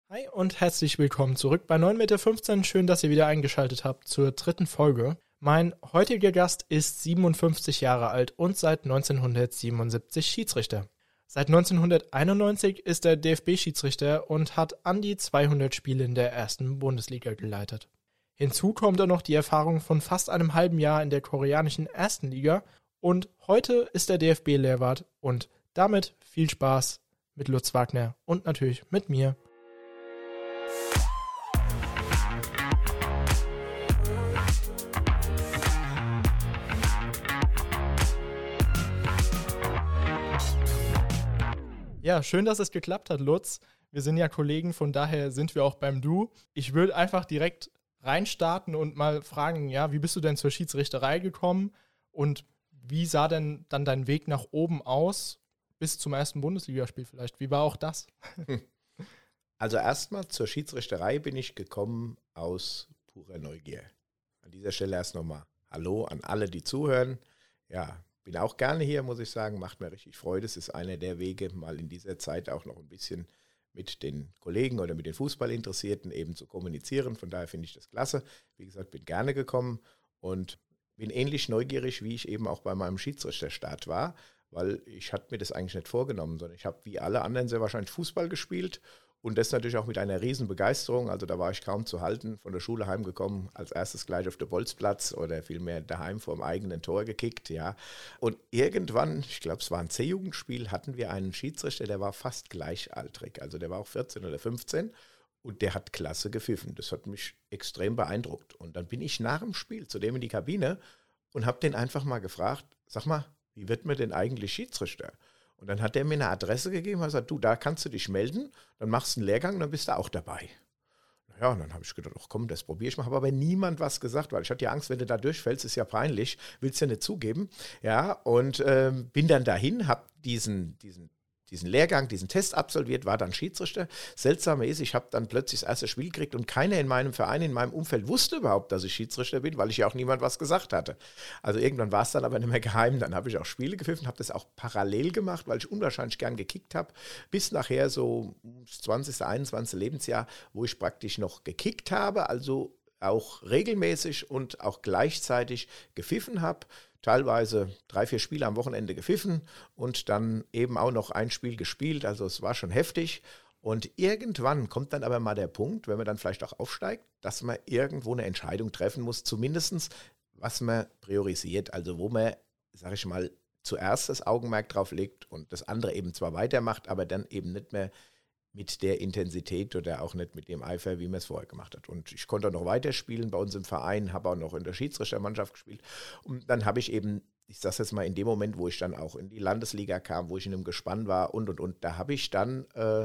Hi und herzlich willkommen zurück bei 9,15 Meter. Schön, dass ihr wieder eingeschaltet habt zur dritten Folge. Mein heutiger Gast ist 57 Jahre alt und seit 1977 Schiedsrichter. Seit 1991 ist er DFB-Schiedsrichter und hat an die 200 Spiele in der ersten Bundesliga geleitet. Hinzu kommt dann noch die Erfahrung von fast einem halben Jahr in der koreanischen ersten Liga und heute ist er DFB-Lehrwart und damit viel Spaß mit Lutz Wagner und natürlich mit mir. Ja, schön, dass es geklappt hat, Lutz. Wir sind ja Kollegen, von daher sind wir auch beim Du. Ich würde einfach direkt reinstarten und mal fragen, ja, wie bist du denn zur Schiedsrichterei gekommen und wie sah denn dann dein Weg nach oben aus, bis zum ersten Bundesligaspiel vielleicht? Wie war auch das? Also erstmal zur Schiedsrichterei bin ich gekommen aus purer Neugier. An dieser Stelle erst nochmal Hallo an alle, die zuhören. Ja, bin auch gerne hier, muss ich sagen, macht mir richtig Freude. Es ist einer der Wege, mal in dieser Zeit auch noch ein bisschen mit den Kollegen oder mit den Fußballinteressierten eben zu kommunizieren. Von daher finde ich das klasse. Wie gesagt, bin gerne gekommen und bin ähnlich neugierig, wie ich eben auch bei meinem Schiedsrichterstart war, weil ich hatte mir das eigentlich nicht vorgenommen, sondern ich habe wie alle anderen sehr wahrscheinlich Fußball gespielt. Und das natürlich auch mit einer riesen Begeisterung. Also da war ich kaum zu halten, von der Schule heimgekommen, als erstes gleich auf den Bolzplatz oder vielmehr daheim vor dem eigenen Tor gekickt. Ja. Und irgendwann, ich glaube es war ein C-Jugendspiel, hatten wir einen Schiedsrichter, der war fast gleichaltrig. Also der war auch 14 oder 15 und der hat klasse gepfiffen. Das hat mich extrem beeindruckt. Und dann bin ich nach dem Spiel zu dem in die Kabine und habe den einfach mal gefragt, sag mal, wie wird man denn eigentlich Schiedsrichter? Und dann hat der mir eine Adresse gegeben und hat gesagt, du, da kannst du dich melden, dann machst du einen Lehrgang und dann bist du auch dabei. Naja, und dann habe ich gedacht, ach komm, das probiere ich mal. Habe aber niemand was gesagt, weil ich hatte ja Angst, wenn du da durchfällst, ist ja peinlich, willst ja nicht zugeben. Ja, und bin dann dahin, habe diesen Lehrgang, diesen Test absolviert, war dann Schiedsrichter. Seltsam ist, ich habe dann plötzlich das erste Spiel gekriegt und keiner in meinem Verein, in meinem Umfeld wusste überhaupt, dass ich Schiedsrichter bin, weil ich ja auch niemand was gesagt hatte. Also irgendwann war es dann aber nicht mehr geheim. Dann habe ich auch Spiele gepfiffen, habe das auch parallel gemacht, weil ich unwahrscheinlich gern gekickt habe, bis nachher so das 20., 21. Lebensjahr, wo ich praktisch noch gekickt habe, also auch regelmäßig und auch gleichzeitig gepfiffen habe. Teilweise 3, 4 Spiele am Wochenende gepfiffen und dann eben auch noch ein Spiel gespielt. Also es war schon heftig. Und irgendwann kommt dann aber mal der Punkt, wenn man dann vielleicht auch aufsteigt, dass man irgendwo eine Entscheidung treffen muss, zumindest was man priorisiert. Also wo man, sage ich mal, zuerst das Augenmerk drauf legt und das andere eben zwar weitermacht, aber dann eben nicht mehr mit der Intensität oder auch nicht mit dem Eifer, wie man es vorher gemacht hat. Und ich konnte auch noch weiterspielen bei uns im Verein, habe auch noch in der Schiedsrichtermannschaft gespielt. Und dann habe ich eben, ich sage jetzt mal, in dem Moment, wo ich dann auch in die Landesliga kam, wo ich in einem Gespann war und, da habe ich dann,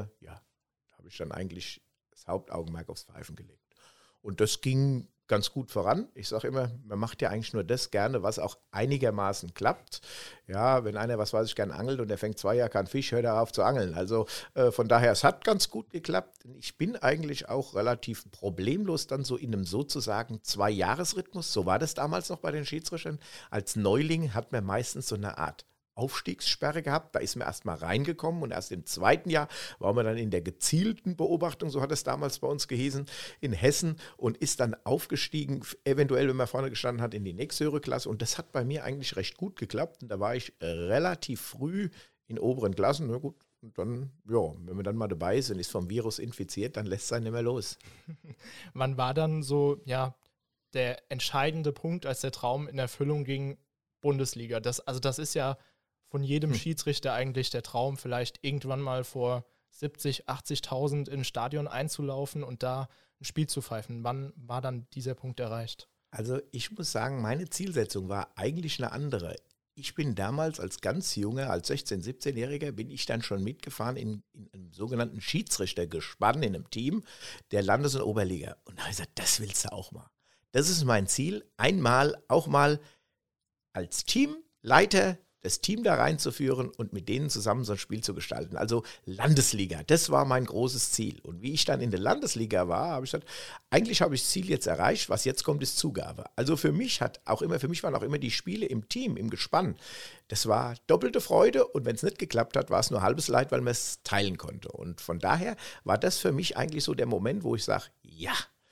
eigentlich das Hauptaugenmerk aufs Pfeifen gelegt. Und das ging ganz gut voran. Ich sage immer, man macht ja eigentlich nur das gerne, was auch einigermaßen klappt. Ja, wenn einer, was weiß ich, gern angelt und der fängt 2 Jahre keinen Fisch, hört er auf zu angeln. Also von daher, es hat ganz gut geklappt. Ich bin eigentlich auch relativ problemlos dann so in einem sozusagen 2-Jahres-Rhythmus. So war das damals noch bei den Schiedsrichtern. Als Neuling hat man meistens so eine Art Aufstiegssperre gehabt, da ist man erst mal reingekommen und erst im 2. Jahr war man dann in der gezielten Beobachtung, so hat es damals bei uns gehießen, in Hessen und ist dann aufgestiegen, eventuell, wenn man vorne gestanden hat, in die nächsthöhere Klasse und das hat bei mir eigentlich recht gut geklappt und da war ich relativ früh in oberen Klassen, na gut, und dann, ja, wenn man dann mal dabei ist und ist vom Virus infiziert, dann lässt es einen nicht mehr los. Wann war dann so, ja, der entscheidende Punkt, als der Traum in Erfüllung ging, Bundesliga? Das ist ja von jedem Schiedsrichter eigentlich der Traum, vielleicht irgendwann mal vor 70.000, 80.000 in ein Stadion einzulaufen und da ein Spiel zu pfeifen. Wann war dann dieser Punkt erreicht? Also ich muss sagen, meine Zielsetzung war eigentlich eine andere. Ich bin damals als ganz junger, als 16-, 17-Jähriger, bin ich dann schon mitgefahren in einem sogenannten Schiedsrichtergespann in einem Team der Landes- und Oberliga. Und da habe ich gesagt, das willst du auch mal. Das ist mein Ziel, einmal auch mal als Teamleiter das Team da reinzuführen und mit denen zusammen so ein Spiel zu gestalten. Also Landesliga, das war mein großes Ziel. Und wie ich dann in der Landesliga war, habe ich gesagt, eigentlich habe ich das Ziel jetzt erreicht, was jetzt kommt, ist Zugabe. Also für mich waren auch immer die Spiele im Team, im Gespann, das war doppelte Freude und wenn es nicht geklappt hat, war es nur halbes Leid, weil man es teilen konnte. Und von daher war das für mich eigentlich so der Moment, wo ich sage, ja.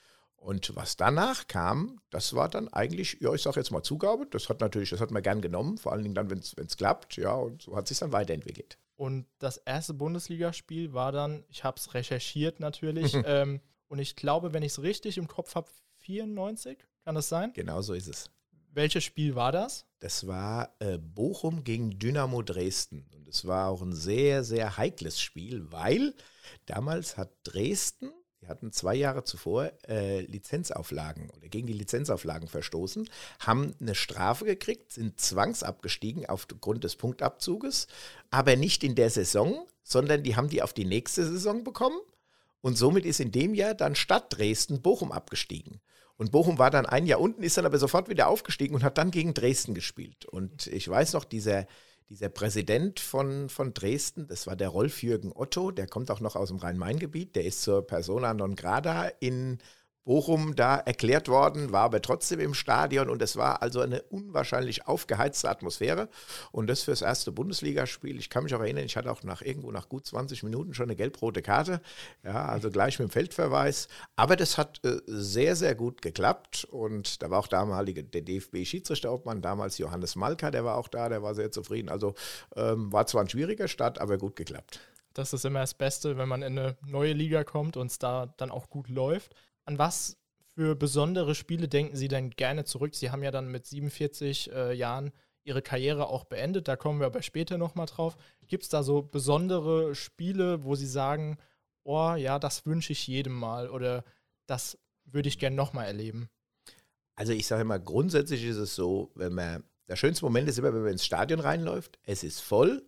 Und was danach kam, das war dann eigentlich, ja, ich sage jetzt mal Zugabe. Das hat man gern genommen, vor allen Dingen dann, wenn es klappt. Ja, und so hat es sich dann weiterentwickelt. Und das erste Bundesligaspiel war dann, ich habe es recherchiert natürlich, und ich glaube, wenn ich es richtig im Kopf habe, 94, kann das sein? Genau so ist es. Welches Spiel war das? Das war Bochum gegen Dynamo Dresden. Und es war auch ein sehr, sehr heikles Spiel, weil damals hat Dresden, die hatten 2 Jahre zuvor Lizenzauflagen oder gegen die Lizenzauflagen verstoßen, haben eine Strafe gekriegt, sind zwangsabgestiegen aufgrund des Punktabzuges, aber nicht in der Saison, sondern die haben die auf die nächste Saison bekommen und somit ist in dem Jahr dann statt Dresden Bochum abgestiegen. Und Bochum war dann ein Jahr unten, ist dann aber sofort wieder aufgestiegen und hat dann gegen Dresden gespielt. Und ich weiß noch, dieser Präsident von Dresden, das war der Rolf-Jürgen Otto, der kommt auch noch aus dem Rhein-Main-Gebiet, der ist zur Persona non grata in Bochum da erklärt worden, war aber trotzdem im Stadion und es war also eine unwahrscheinlich aufgeheizte Atmosphäre und das fürs erste Bundesligaspiel. Ich kann mich auch erinnern, ich hatte auch nach gut 20 Minuten schon eine gelb-rote Karte, ja, also gleich mit dem Feldverweis, aber das hat sehr, sehr gut geklappt und da war auch der DFB-Schiedsrichterobmann, damals Johannes Malka, der war auch da, der war sehr zufrieden, also war zwar ein schwieriger Start, aber gut geklappt. Das ist immer das Beste, wenn man in eine neue Liga kommt und es da dann auch gut läuft. An was für besondere Spiele denken Sie denn gerne zurück? Sie haben ja dann mit 47 Jahren Ihre Karriere auch beendet, da kommen wir aber später nochmal drauf. Gibt es da so besondere Spiele, wo Sie sagen, oh ja, das wünsche ich jedem mal oder das würde ich gerne nochmal erleben? Also ich sage immer, grundsätzlich ist es so, der schönste Moment ist immer, wenn man ins Stadion reinläuft, es ist voll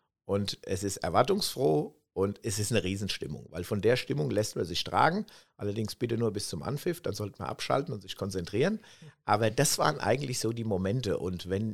und es ist erwartungsfroh. Und es ist eine Riesenstimmung, weil von der Stimmung lässt man sich tragen. Allerdings bitte nur bis zum Anpfiff, dann sollte man abschalten und sich konzentrieren. Aber das waren eigentlich so die Momente. Und wenn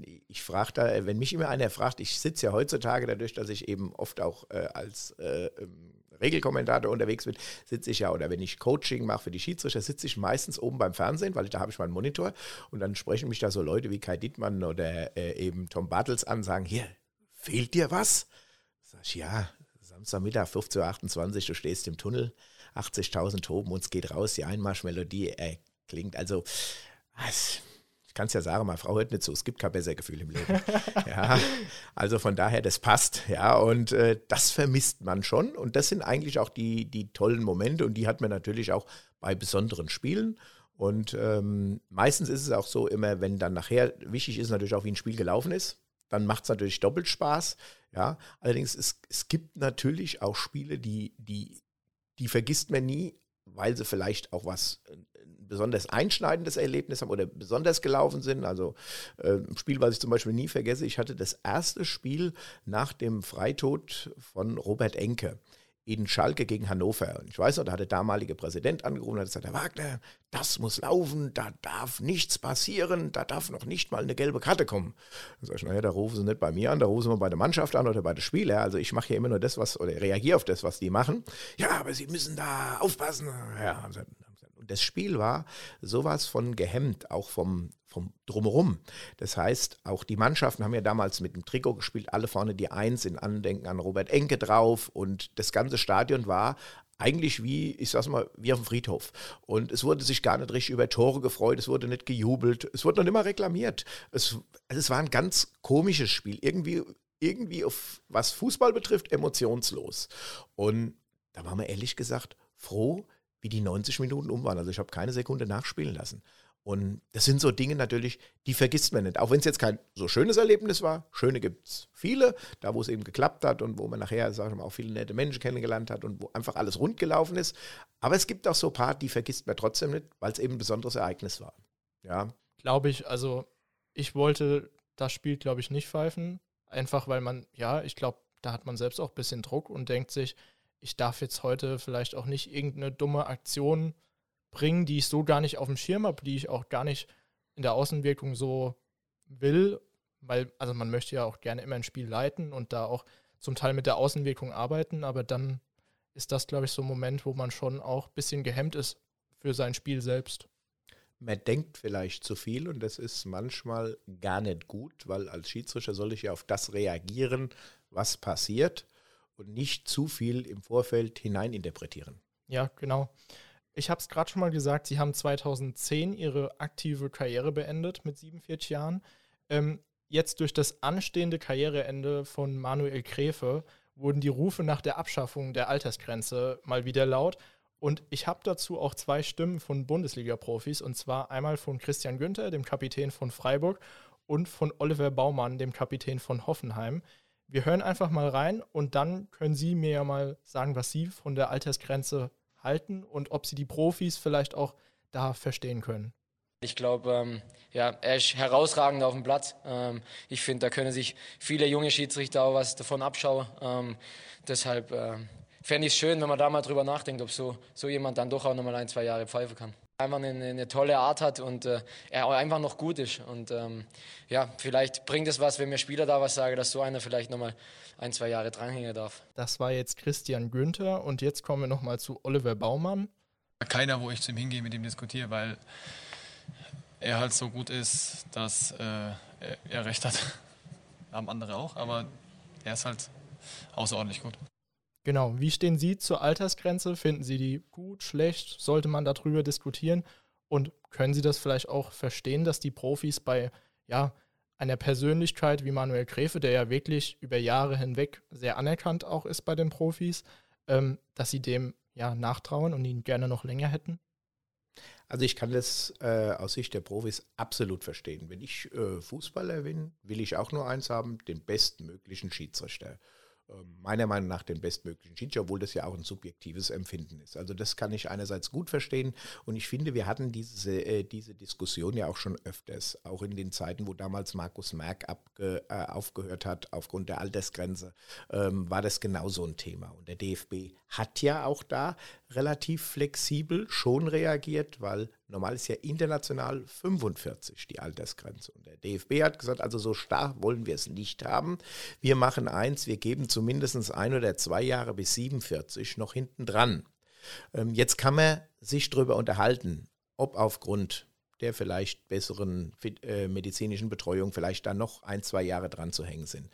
mich immer einer fragt, ich sitze ja heutzutage dadurch, dass ich eben oft auch als Regelkommentator unterwegs bin, sitze ich ja, oder wenn ich Coaching mache für die Schiedsrichter, sitze ich meistens oben beim Fernsehen, weil da habe ich meinen Monitor. Und dann sprechen mich da so Leute wie Kai Dittmann oder eben Tom Bartels an, sagen, hier, fehlt dir was? Sag ich, ja. Samstagmittag 15.28 Uhr, du stehst im Tunnel, 80.000 toben und es geht raus, die Einmarschmelodie klingt, also ich kann es ja sagen, meine Frau hört nicht so, es gibt kein besseres Gefühl im Leben. Ja, also von daher, das passt, ja, und das vermisst man schon und das sind eigentlich auch die tollen Momente und die hat man natürlich auch bei besonderen Spielen. Und meistens ist es auch so, immer wenn dann nachher, wichtig ist natürlich auch, wie ein Spiel gelaufen ist, dann macht es natürlich doppelt Spaß. Ja, allerdings, es gibt natürlich auch Spiele, die vergisst man nie, weil sie vielleicht auch was ein besonders einschneidendes Erlebnis haben oder besonders gelaufen sind. Also ein Spiel, was ich zum Beispiel nie vergesse, ich hatte das erste Spiel nach dem Freitod von Robert Enke in Schalke gegen Hannover. Und ich weiß noch, da hat der damalige Präsident angerufen und hat gesagt, Herr Wagner, das muss laufen, da darf nichts passieren, da darf noch nicht mal eine gelbe Karte kommen. Dann sage ich, naja, da rufen Sie nicht bei mir an, da rufen Sie mal bei der Mannschaft an oder bei den Spielern. Also ich mache ja immer nur das, oder reagiere auf das, was die machen. Ja, aber Sie müssen da aufpassen. Ja, und das Spiel war sowas von gehemmt, auch vom Drumherum. Das heißt, auch die Mannschaften haben ja damals mit dem Trikot gespielt, alle vorne die Eins in Andenken an Robert Enke drauf und das ganze Stadion war eigentlich wie auf dem Friedhof. Und es wurde sich gar nicht richtig über Tore gefreut, es wurde nicht gejubelt, es wurde noch immer reklamiert. Es war ein ganz komisches Spiel, irgendwie was Fußball betrifft, emotionslos. Und da waren wir ehrlich gesagt froh, wie die 90 Minuten waren. Also ich habe keine Sekunde nachspielen lassen. Und das sind so Dinge natürlich, die vergisst man nicht. Auch wenn es jetzt kein so schönes Erlebnis war. Schöne gibt es viele, da wo es eben geklappt hat und wo man nachher, sag ich mal, auch viele nette Menschen kennengelernt hat und wo einfach alles rund gelaufen ist. Aber es gibt auch so ein paar, die vergisst man trotzdem nicht, weil es eben ein besonderes Ereignis war. Ja. Glaube ich, also ich wollte das Spiel, glaube ich, nicht pfeifen. Einfach weil ich glaube, da hat man selbst auch ein bisschen Druck und denkt sich, ich darf jetzt heute vielleicht auch nicht irgendeine dumme Aktion bringen, die ich so gar nicht auf dem Schirm habe, die ich auch gar nicht in der Außenwirkung so will, weil, also man möchte ja auch gerne immer ein Spiel leiten und da auch zum Teil mit der Außenwirkung arbeiten, aber dann ist das, glaube ich, so ein Moment, wo man schon auch ein bisschen gehemmt ist für sein Spiel selbst. Man denkt vielleicht zu viel und das ist manchmal gar nicht gut, weil als Schiedsrichter soll ich ja auf das reagieren, was passiert und nicht zu viel im Vorfeld hineininterpretieren. Ja, genau. Ich habe es gerade schon mal gesagt, Sie haben 2010 Ihre aktive Karriere beendet mit 47 Jahren. Jetzt durch das anstehende Karriereende von Manuel Gräfe wurden die Rufe nach der Abschaffung der Altersgrenze mal wieder laut. Und ich habe dazu auch 2 Stimmen von Bundesliga-Profis, und zwar einmal von Christian Günther, dem Kapitän von Freiburg, und von Oliver Baumann, dem Kapitän von Hoffenheim. Wir hören einfach mal rein und dann können Sie mir ja mal sagen, was Sie von der Altersgrenze halten und ob Sie die Profis vielleicht auch da verstehen können. Ich glaube, er ist herausragend auf dem Platz. Ich finde, da können sich viele junge Schiedsrichter auch was davon abschauen. Deshalb fände ich es schön, wenn man da mal drüber nachdenkt, ob so jemand dann doch auch nochmal 1, 2 Jahre pfeifen kann. Einfach eine tolle Art hat und er auch einfach noch gut ist. Und vielleicht bringt es was, wenn mir Spieler da was sagen, dass so einer vielleicht nochmal 1, 2 Jahre dranhängen darf. Das war jetzt Christian Günther und jetzt kommen wir nochmal zu Oliver Baumann. Keiner, wo ich zu ihm hingehe, mit ihm diskutiere, weil er halt so gut ist, dass er recht hat. Haben andere auch, aber er ist halt außerordentlich gut. Genau, wie stehen Sie zur Altersgrenze? Finden Sie die gut, schlecht? Sollte man darüber diskutieren? Und können Sie das vielleicht auch verstehen, dass die Profis bei einer Persönlichkeit wie Manuel Gräfe, der ja wirklich über Jahre hinweg sehr anerkannt auch ist bei den Profis, dass sie dem nachtrauen und ihn gerne noch länger hätten? Also ich kann das aus Sicht der Profis absolut verstehen. Wenn ich Fußballer bin, will ich auch nur eins haben, den bestmöglichen Schiedsrichter. Meiner Meinung nach den bestmöglichen Schiedsrichter, obwohl das ja auch ein subjektives Empfinden ist. Also das kann ich einerseits gut verstehen und ich finde, wir hatten diese Diskussion ja auch schon öfters, auch in den Zeiten, wo damals Markus Merck aufgehört hat aufgrund der Altersgrenze, war das genau so ein Thema. Und der DFB hat ja auch da relativ flexibel schon reagiert, weil normal ist ja international 45 die Altersgrenze. Und der DFB hat gesagt, also so stark wollen wir es nicht haben. Wir machen eins, wir geben zumindest 1 oder 2 Jahre bis 47 noch hinten dran. Jetzt kann man sich darüber unterhalten, ob aufgrund der vielleicht besseren medizinischen Betreuung vielleicht da noch 1, 2 Jahre dran zu hängen sind.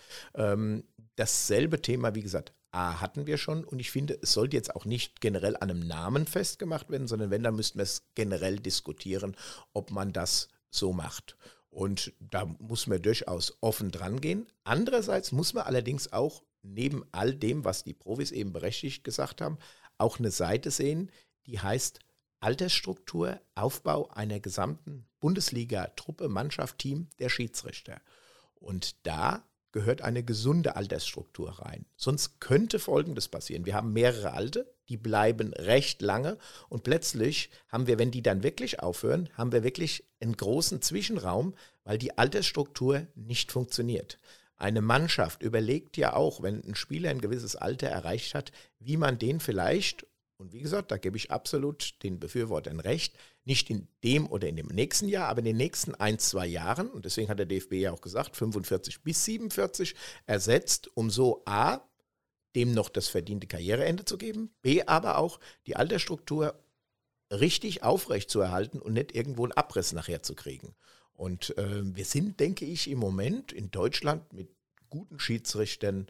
Dasselbe Thema, wie gesagt, hatten wir schon und ich finde, es sollte jetzt auch nicht generell an einem Namen festgemacht werden, sondern wenn, dann müssten wir es generell diskutieren, ob man das so macht. Und da muss man durchaus offen dran gehen. Andererseits muss man allerdings auch neben all dem, was die Profis eben berechtigt gesagt haben, auch eine Seite sehen, die heißt Altersstruktur, Aufbau einer gesamten Bundesliga-Truppe, Mannschaft, Team der Schiedsrichter. Und da gehört eine gesunde Altersstruktur rein. Sonst könnte Folgendes passieren. Wir haben mehrere Alte, die bleiben recht lange und plötzlich haben wir, wenn die dann wirklich aufhören, haben wir wirklich einen großen Zwischenraum, weil die Altersstruktur nicht funktioniert. Eine Mannschaft überlegt ja auch, wenn ein Spieler ein gewisses Alter erreicht hat, wie man den vielleicht, und wie gesagt, da gebe ich absolut den Befürwortern recht, nicht in dem oder in dem nächsten Jahr, aber in den nächsten 1, 2 Jahren, und deswegen hat der DFB ja auch gesagt, 45 bis 47 ersetzt, um so A, dem noch das verdiente Karriereende zu geben, B, aber auch die Altersstruktur richtig aufrecht zu erhalten und nicht irgendwo einen Abriss nachher zu kriegen. Und wir sind, denke ich, im Moment in Deutschland mit guten Schiedsrichtern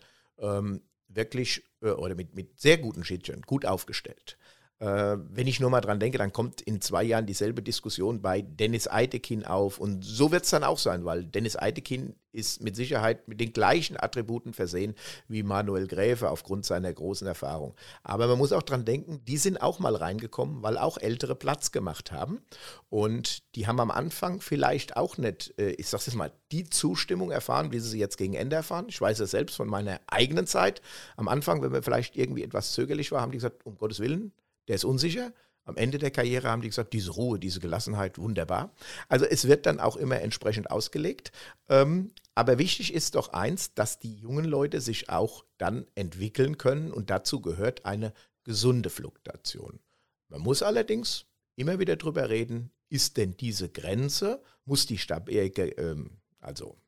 wirklich, oder mit sehr guten Schiedsrichtern gut aufgestellt. Wenn ich nur mal dran denke, dann kommt in 2 Jahren dieselbe Diskussion bei Dennis Eitekin auf. Und so wird es dann auch sein, weil Dennis Eitekin ist mit Sicherheit mit den gleichen Attributen versehen wie Manuel Gräfe aufgrund seiner großen Erfahrung. Aber man muss auch dran denken, die sind auch mal reingekommen, weil auch Ältere Platz gemacht haben. Und die haben am Anfang vielleicht auch nicht, ich sag's jetzt mal, die Zustimmung erfahren, wie sie jetzt gegen Ende erfahren. Ich weiß es selbst von meiner eigenen Zeit. Am Anfang, wenn wir vielleicht irgendwie etwas zögerlich waren, haben die gesagt, um Gottes Willen, der ist unsicher. Am Ende der Karriere haben die gesagt, diese Ruhe, diese Gelassenheit, wunderbar. Also es wird dann auch immer entsprechend ausgelegt. Aber wichtig ist doch eins, dass die jungen Leute sich auch dann entwickeln können und dazu gehört eine gesunde Fluktuation. Man muss allerdings immer wieder drüber reden, ist denn diese Grenze, muss die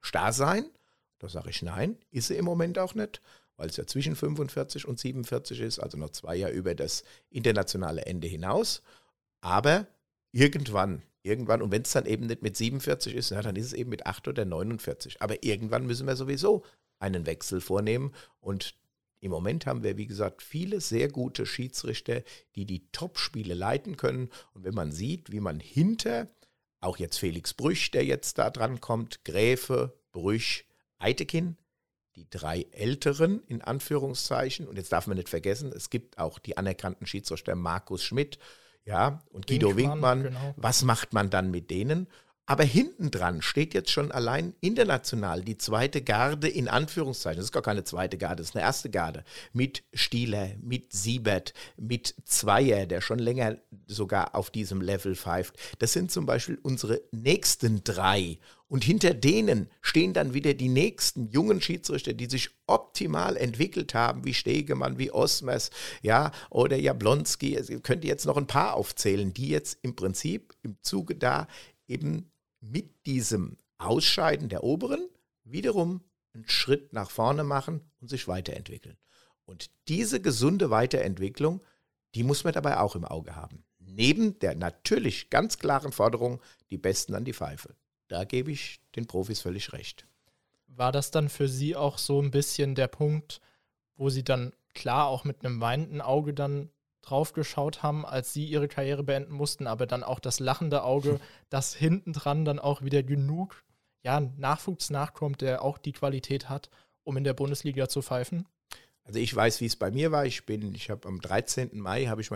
starr sein? Da sage ich nein, ist sie im Moment auch nicht, weil es ja zwischen 45 und 47 ist, also noch 2 Jahre über das internationale Ende hinaus. Aber irgendwann, und wenn es dann eben nicht mit 47 ist, na, dann ist es eben mit 8 oder 49. Aber irgendwann müssen wir sowieso einen Wechsel vornehmen. Und im Moment haben wir, wie gesagt, viele sehr gute Schiedsrichter, die die Top-Spiele leiten können. Und wenn man sieht, wie man hinter, auch jetzt Felix Brüch, der jetzt da dran kommt, Gräfe, Brüch, Eitekin, die 3 Älteren in Anführungszeichen. Und jetzt darf man nicht vergessen, es gibt auch die anerkannten Schiedsrichter Markus Schmidt, ja, und Guido Winkmann. Genau. Was macht man dann mit denen? Aber hinten dran steht jetzt schon allein international die zweite Garde in Anführungszeichen. Das ist gar keine zweite Garde, das ist eine erste Garde. Mit Stieler, mit Siebert, mit Zweier, der schon länger sogar auf diesem Level pfeift. Das sind zum Beispiel unsere nächsten 3. Und hinter denen stehen dann wieder die nächsten jungen Schiedsrichter, die sich optimal entwickelt haben, wie Stegemann, wie Osmers, ja, oder Jablonski. Also ihr könnt jetzt noch ein paar aufzählen, die jetzt im Prinzip im Zuge da eben mit diesem Ausscheiden der Oberen wiederum einen Schritt nach vorne machen und sich weiterentwickeln. Und diese gesunde Weiterentwicklung, die muss man dabei auch im Auge haben. Neben der natürlich ganz klaren Forderung, die Besten an die Pfeife. Da gebe ich den Profis völlig recht. War das dann für Sie auch so ein bisschen der Punkt, wo Sie dann klar auch mit einem weinenden Auge dann drauf geschaut haben, als Sie Ihre Karriere beenden mussten, aber dann auch das lachende Auge, dass hinten dran dann auch wieder genug Nachwuchs nachkommt, der auch die Qualität hat, um in der Bundesliga zu pfeifen? Also ich weiß, wie es bei mir war. Ich habe am 13. Mai am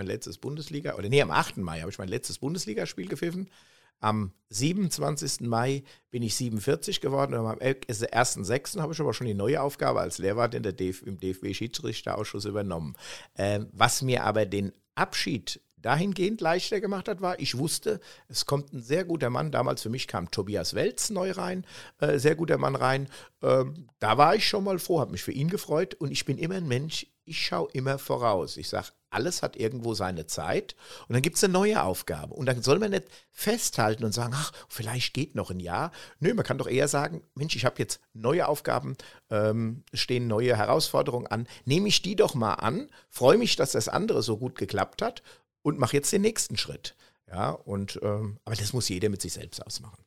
8. Mai habe ich mein letztes Bundesligaspiel gepfiffen. Am 27. Mai bin ich 47 geworden und am 1.6. habe ich aber schon die neue Aufgabe als Lehrwart im DFB-Schiedsrichterausschuss übernommen. Was mir aber den Abschied dahingehend leichter gemacht hat, war, ich wusste, es kommt ein sehr guter Mann. Damals für mich kam Tobias Welz neu rein, sehr guter Mann rein. Da war ich schon mal froh, habe mich für ihn gefreut und ich bin immer ein Mensch, ich schaue immer voraus. Ich sage, alles hat irgendwo seine Zeit und dann gibt es eine neue Aufgabe. Und dann soll man nicht festhalten und sagen, ach, vielleicht geht noch ein Jahr. Nö, man kann doch eher sagen, Mensch, ich habe jetzt neue Aufgaben, stehen neue Herausforderungen an. Nehme ich die doch mal an, freue mich, dass das andere so gut geklappt hat und mache jetzt den nächsten Schritt. Ja, aber das muss jeder mit sich selbst ausmachen.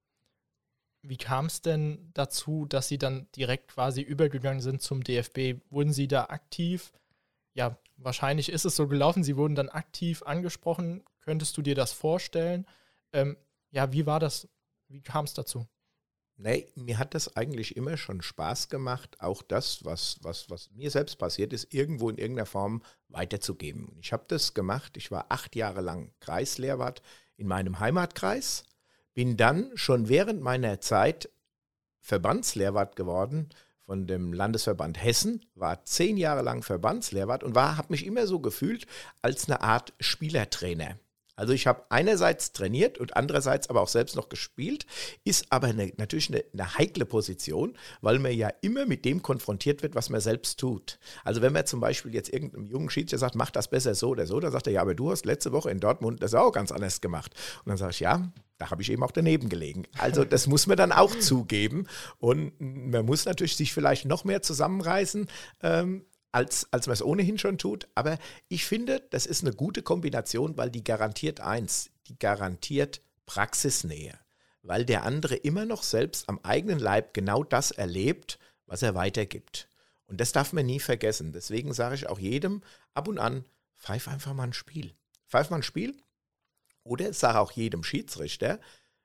Wie kam es denn dazu, dass Sie dann direkt quasi übergegangen sind zum DFB? Wurden Sie da aktiv? Ja, wahrscheinlich ist es so gelaufen. Sie wurden dann aktiv angesprochen. Könntest du dir das vorstellen? Wie war das? Wie kam es dazu? Nee, mir hat das eigentlich immer schon Spaß gemacht, auch das, was mir selbst passiert ist, irgendwo in irgendeiner Form weiterzugeben. Ich habe das gemacht. Ich war 8 Jahre lang Kreislehrwart in meinem Heimatkreis. Bin dann schon während meiner Zeit Verbandslehrwart geworden von dem Landesverband Hessen, war 10 Jahre lang Verbandslehrwart und habe mich immer so gefühlt als eine Art Spielertrainer. Also ich habe einerseits trainiert und andererseits aber auch selbst noch gespielt, ist aber natürlich eine heikle Position, weil man ja immer mit dem konfrontiert wird, was man selbst tut. Also wenn man zum Beispiel jetzt irgendeinem jungen Schiedsrichter sagt, mach das besser so oder so, dann sagt er, ja, aber du hast letzte Woche in Dortmund das auch ganz anders gemacht. Und dann sage ich, ja, da habe ich eben auch daneben gelegen. Also das muss man dann auch zugeben und man muss natürlich sich vielleicht noch mehr zusammenreißen, als man es ohnehin schon tut. Aber ich finde, das ist eine gute Kombination, weil die garantiert eins, die garantiert Praxisnähe. Weil der andere immer noch selbst am eigenen Leib genau das erlebt, was er weitergibt. Und das darf man nie vergessen. Deswegen sage ich auch jedem ab und an, pfeif einfach mal ein Spiel. Pfeif mal ein Spiel. Oder sage auch jedem Schiedsrichter,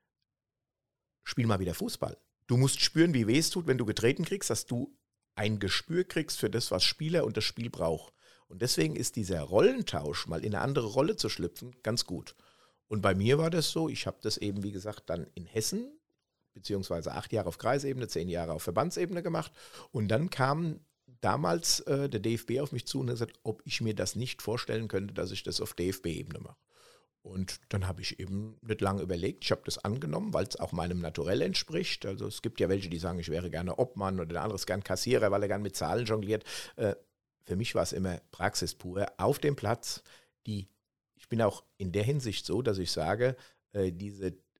spiel mal wieder Fußball. Du musst spüren, wie weh es tut, wenn du getreten kriegst, dass du ein Gespür kriegst für das, was Spieler und das Spiel braucht. Und deswegen ist dieser Rollentausch, mal in eine andere Rolle zu schlüpfen, ganz gut. Und bei mir war das so, ich habe das eben, wie gesagt, dann in Hessen, beziehungsweise 8 Jahre auf Kreisebene, 10 Jahre auf Verbandsebene gemacht. Und dann kam damals der DFB auf mich zu und hat gesagt, ob ich mir das nicht vorstellen könnte, dass ich das auf DFB-Ebene mache. Und dann habe ich eben nicht lange überlegt. Ich habe das angenommen, weil es auch meinem Naturell entspricht. Also es gibt ja welche, die sagen, ich wäre gerne Obmann oder der andere ist gern Kassierer, weil er gern mit Zahlen jongliert. Für mich war es immer Praxis pur auf dem Platz. Ich bin auch in der Hinsicht so, dass ich sage, diese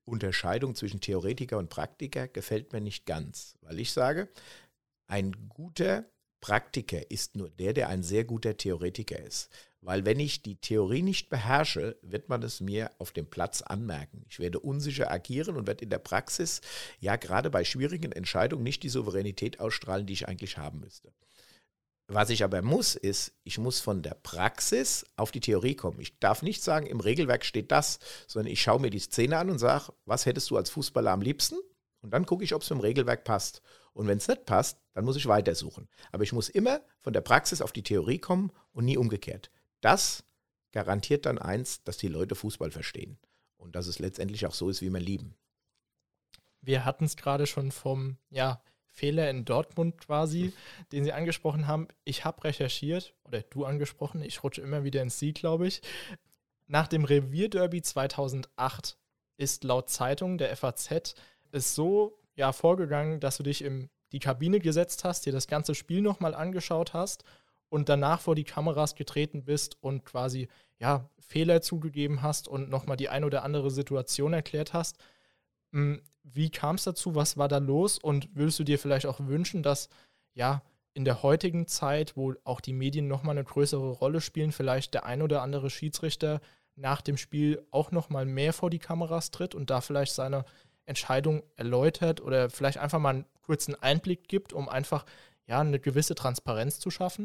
Unterscheidung zwischen Theoretiker und Praktiker gefällt mir nicht ganz, weil ich sage, ein guter Praktiker ist nur der ein sehr guter Theoretiker ist. Weil wenn ich die Theorie nicht beherrsche, wird man es mir auf dem Platz anmerken. Ich werde unsicher agieren und werde in der Praxis, ja gerade bei schwierigen Entscheidungen, nicht die Souveränität ausstrahlen, die ich eigentlich haben müsste. Was ich aber muss, ist, ich muss von der Praxis auf die Theorie kommen. Ich darf nicht sagen, im Regelwerk steht das, sondern ich schaue mir die Szene an und sage, was hättest du als Fußballer am liebsten? Und dann gucke ich, ob es im Regelwerk passt. Und wenn es nicht passt, dann muss ich weitersuchen. Aber ich muss immer von der Praxis auf die Theorie kommen und nie umgekehrt. Das garantiert dann eins, dass die Leute Fußball verstehen. Und dass es letztendlich auch so ist, wie wir lieben. Wir hatten es gerade schon vom Fehler in Dortmund quasi, den Sie angesprochen haben. Ich habe recherchiert, oder du angesprochen, ich rutsche immer wieder ins Sie, glaube ich. Nach dem Revierderby 2008 ist laut Zeitung der FAZ es so vorgegangen, dass du dich in die Kabine gesetzt hast, dir das ganze Spiel nochmal angeschaut hast und danach vor die Kameras getreten bist und quasi Fehler zugegeben hast und nochmal die ein oder andere Situation erklärt hast. Wie kam es dazu? Was war da los? Und würdest du dir vielleicht auch wünschen, dass in der heutigen Zeit, wo auch die Medien nochmal eine größere Rolle spielen, vielleicht der ein oder andere Schiedsrichter nach dem Spiel auch nochmal mehr vor die Kameras tritt und da vielleicht seine Entscheidung erläutert oder vielleicht einfach mal einen kurzen Einblick gibt, um einfach eine gewisse Transparenz zu schaffen?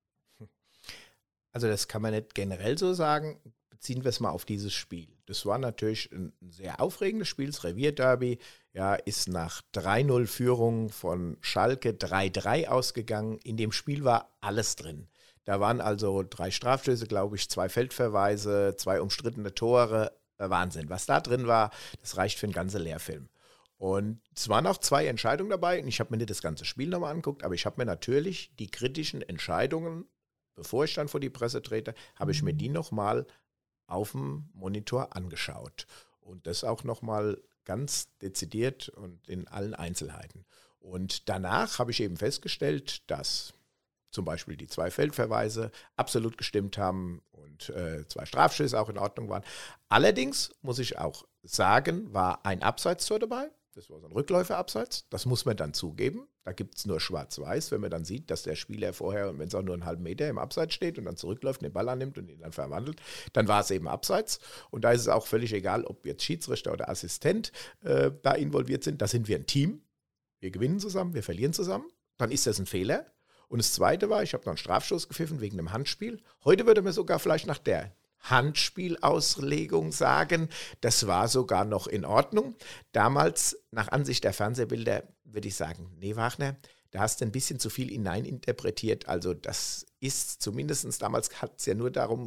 Also das kann man nicht generell so sagen. Beziehen wir es mal auf dieses Spiel. Das war natürlich ein sehr aufregendes Spiel. Das Revierderby ist nach 3-0 Führung von Schalke 3-3 ausgegangen. In dem Spiel war alles drin. Da waren also 3 Strafstöße, glaube ich, 2 Feldverweise, 2 umstrittene Tore. Wahnsinn. Was da drin war, das reicht für einen ganzen Lehrfilm. Und es waren auch 2 Entscheidungen dabei. Und ich habe mir nicht das ganze Spiel nochmal angeguckt, aber ich habe mir natürlich die kritischen Entscheidungen, bevor ich dann vor die Presse trete, habe ich mir die nochmal auf dem Monitor angeschaut. Und das auch nochmal ganz dezidiert und in allen Einzelheiten. Und danach habe ich eben festgestellt, dass zum Beispiel die 2 Feldverweise absolut gestimmt haben und 2 Strafschüsse auch in Ordnung waren. Allerdings muss ich auch sagen, war ein Abseitstor dabei. Das war so ein Rückläuferabseits. Das muss man dann zugeben. Da gibt es nur schwarz-weiß, wenn man dann sieht, dass der Spieler vorher, und wenn es auch nur einen halben Meter im Abseits steht und dann zurückläuft, den Ball annimmt und ihn dann verwandelt, dann war es eben Abseits. Und da ist es auch völlig egal, ob jetzt Schiedsrichter oder Assistent da involviert sind. Da sind wir ein Team. Wir gewinnen zusammen, wir verlieren zusammen. Dann ist das ein Fehler. Und das Zweite war, ich habe noch einen Strafstoß gepfiffen wegen einem Handspiel. Heute würde man sogar vielleicht nach der Handspielauslegung sagen, das war sogar noch in Ordnung. Damals, nach Ansicht der Fernsehbilder, würde ich sagen, nee, Wagner, da hast du ein bisschen zu viel hineininterpretiert. Also das ist zumindest damals ging es ja nur darum,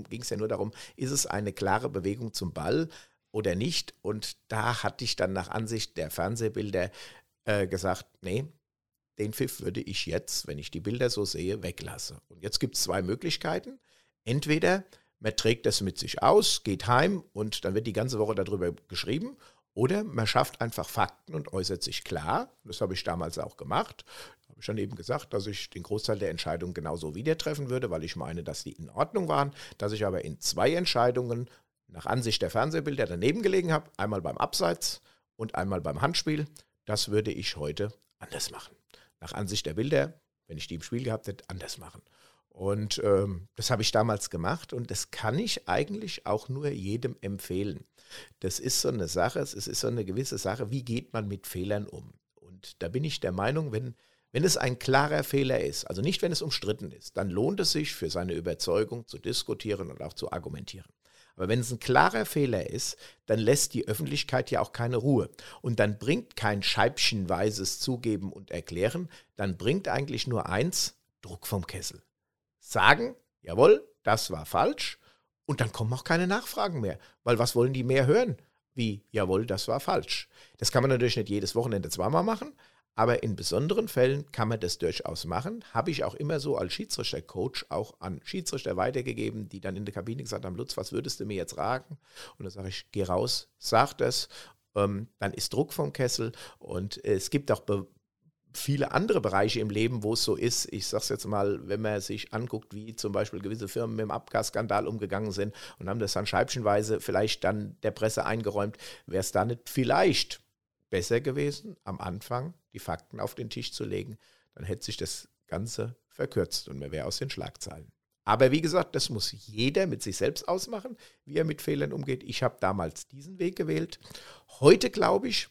ist es eine klare Bewegung zum Ball oder nicht? Und da hatte ich dann nach Ansicht der Fernsehbilder gesagt, nee, den Pfiff würde ich jetzt, wenn ich die Bilder so sehe, weglassen. Und jetzt gibt es 2 Möglichkeiten. Entweder man trägt das mit sich aus, geht heim und dann wird die ganze Woche darüber geschrieben. Oder man schafft einfach Fakten und äußert sich klar. Das habe ich damals auch gemacht. Da habe ich dann eben gesagt, dass ich den Großteil der Entscheidungen genauso wieder treffen würde, weil ich meine, dass die in Ordnung waren. Dass ich aber in 2 Entscheidungen nach Ansicht der Fernsehbilder daneben gelegen habe. Einmal beim Abseits und einmal beim Handspiel. Das würde ich heute anders machen. Nach Ansicht der Bilder, wenn ich die im Spiel gehabt hätte, anders machen. Und das habe ich damals gemacht und das kann ich eigentlich auch nur jedem empfehlen. Das ist so eine Sache, es ist so eine gewisse Sache, wie geht man mit Fehlern um? Und da bin ich der Meinung, wenn es ein klarer Fehler ist, also nicht, wenn es umstritten ist, dann lohnt es sich, für seine Überzeugung zu diskutieren und auch zu argumentieren. Aber wenn es ein klarer Fehler ist, dann lässt die Öffentlichkeit ja auch keine Ruhe. Und dann bringt kein scheibchenweises Zugeben und Erklären, dann bringt eigentlich nur eins, Druck vom Kessel. Sagen, jawohl, das war falsch, und dann kommen auch keine Nachfragen mehr. Weil was wollen die mehr hören? Wie, jawohl, das war falsch. Das kann man natürlich nicht jedes Wochenende 2-mal machen, aber in besonderen Fällen kann man das durchaus machen. Habe ich auch immer so als Schiedsrichtercoach auch an Schiedsrichter weitergegeben, die dann in der Kabine gesagt haben, Lutz, was würdest du mir jetzt raten? Und dann sage ich, geh raus, sag das, dann ist Druck vom Kessel und es gibt auch viele andere Bereiche im Leben, wo es so ist. Ich sage es jetzt mal, wenn man sich anguckt, wie zum Beispiel gewisse Firmen mit dem Abgasskandal umgegangen sind und haben das dann scheibchenweise vielleicht dann der Presse eingeräumt, wäre es da nicht vielleicht besser gewesen, am Anfang die Fakten auf den Tisch zu legen. Dann hätte sich das Ganze verkürzt und man wäre aus den Schlagzeilen. Aber wie gesagt, das muss jeder mit sich selbst ausmachen, wie er mit Fehlern umgeht. Ich habe damals diesen Weg gewählt. Heute, glaube ich,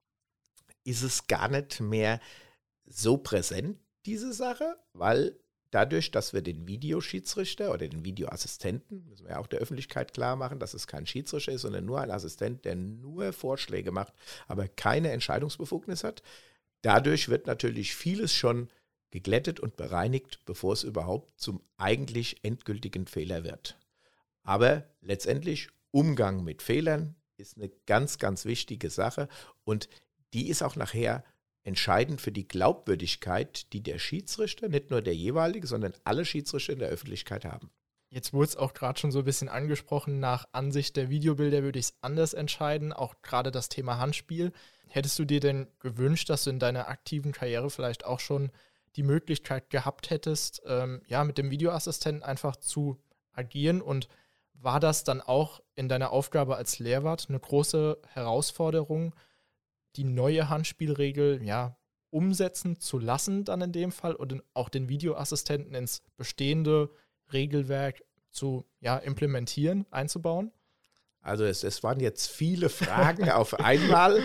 ist es gar nicht mehr so präsent, diese Sache, weil dadurch, dass wir den Videoschiedsrichter oder den Videoassistenten, müssen wir ja auch der Öffentlichkeit klar machen, dass es kein Schiedsrichter ist, sondern nur ein Assistent, der nur Vorschläge macht, aber keine Entscheidungsbefugnis hat. Dadurch wird natürlich vieles schon geglättet und bereinigt, bevor es überhaupt zum eigentlich endgültigen Fehler wird. Aber letztendlich Umgang mit Fehlern ist eine ganz, ganz wichtige Sache und die ist auch nachher entscheidend für die Glaubwürdigkeit, die der Schiedsrichter, nicht nur der jeweilige, sondern alle Schiedsrichter in der Öffentlichkeit haben. Jetzt wurde es auch gerade schon so ein bisschen angesprochen, nach Ansicht der Videobilder würde ich es anders entscheiden, auch gerade das Thema Handspiel. Hättest du dir denn gewünscht, dass du in deiner aktiven Karriere vielleicht auch schon die Möglichkeit gehabt hättest, mit dem Videoassistenten einfach zu agieren, und war das dann auch in deiner Aufgabe als Lehrwart eine große Herausforderung, die neue Handspielregel umsetzen zu lassen dann in dem Fall und auch den Videoassistenten ins bestehende Regelwerk zu implementieren, einzubauen? Also es waren jetzt viele Fragen auf einmal.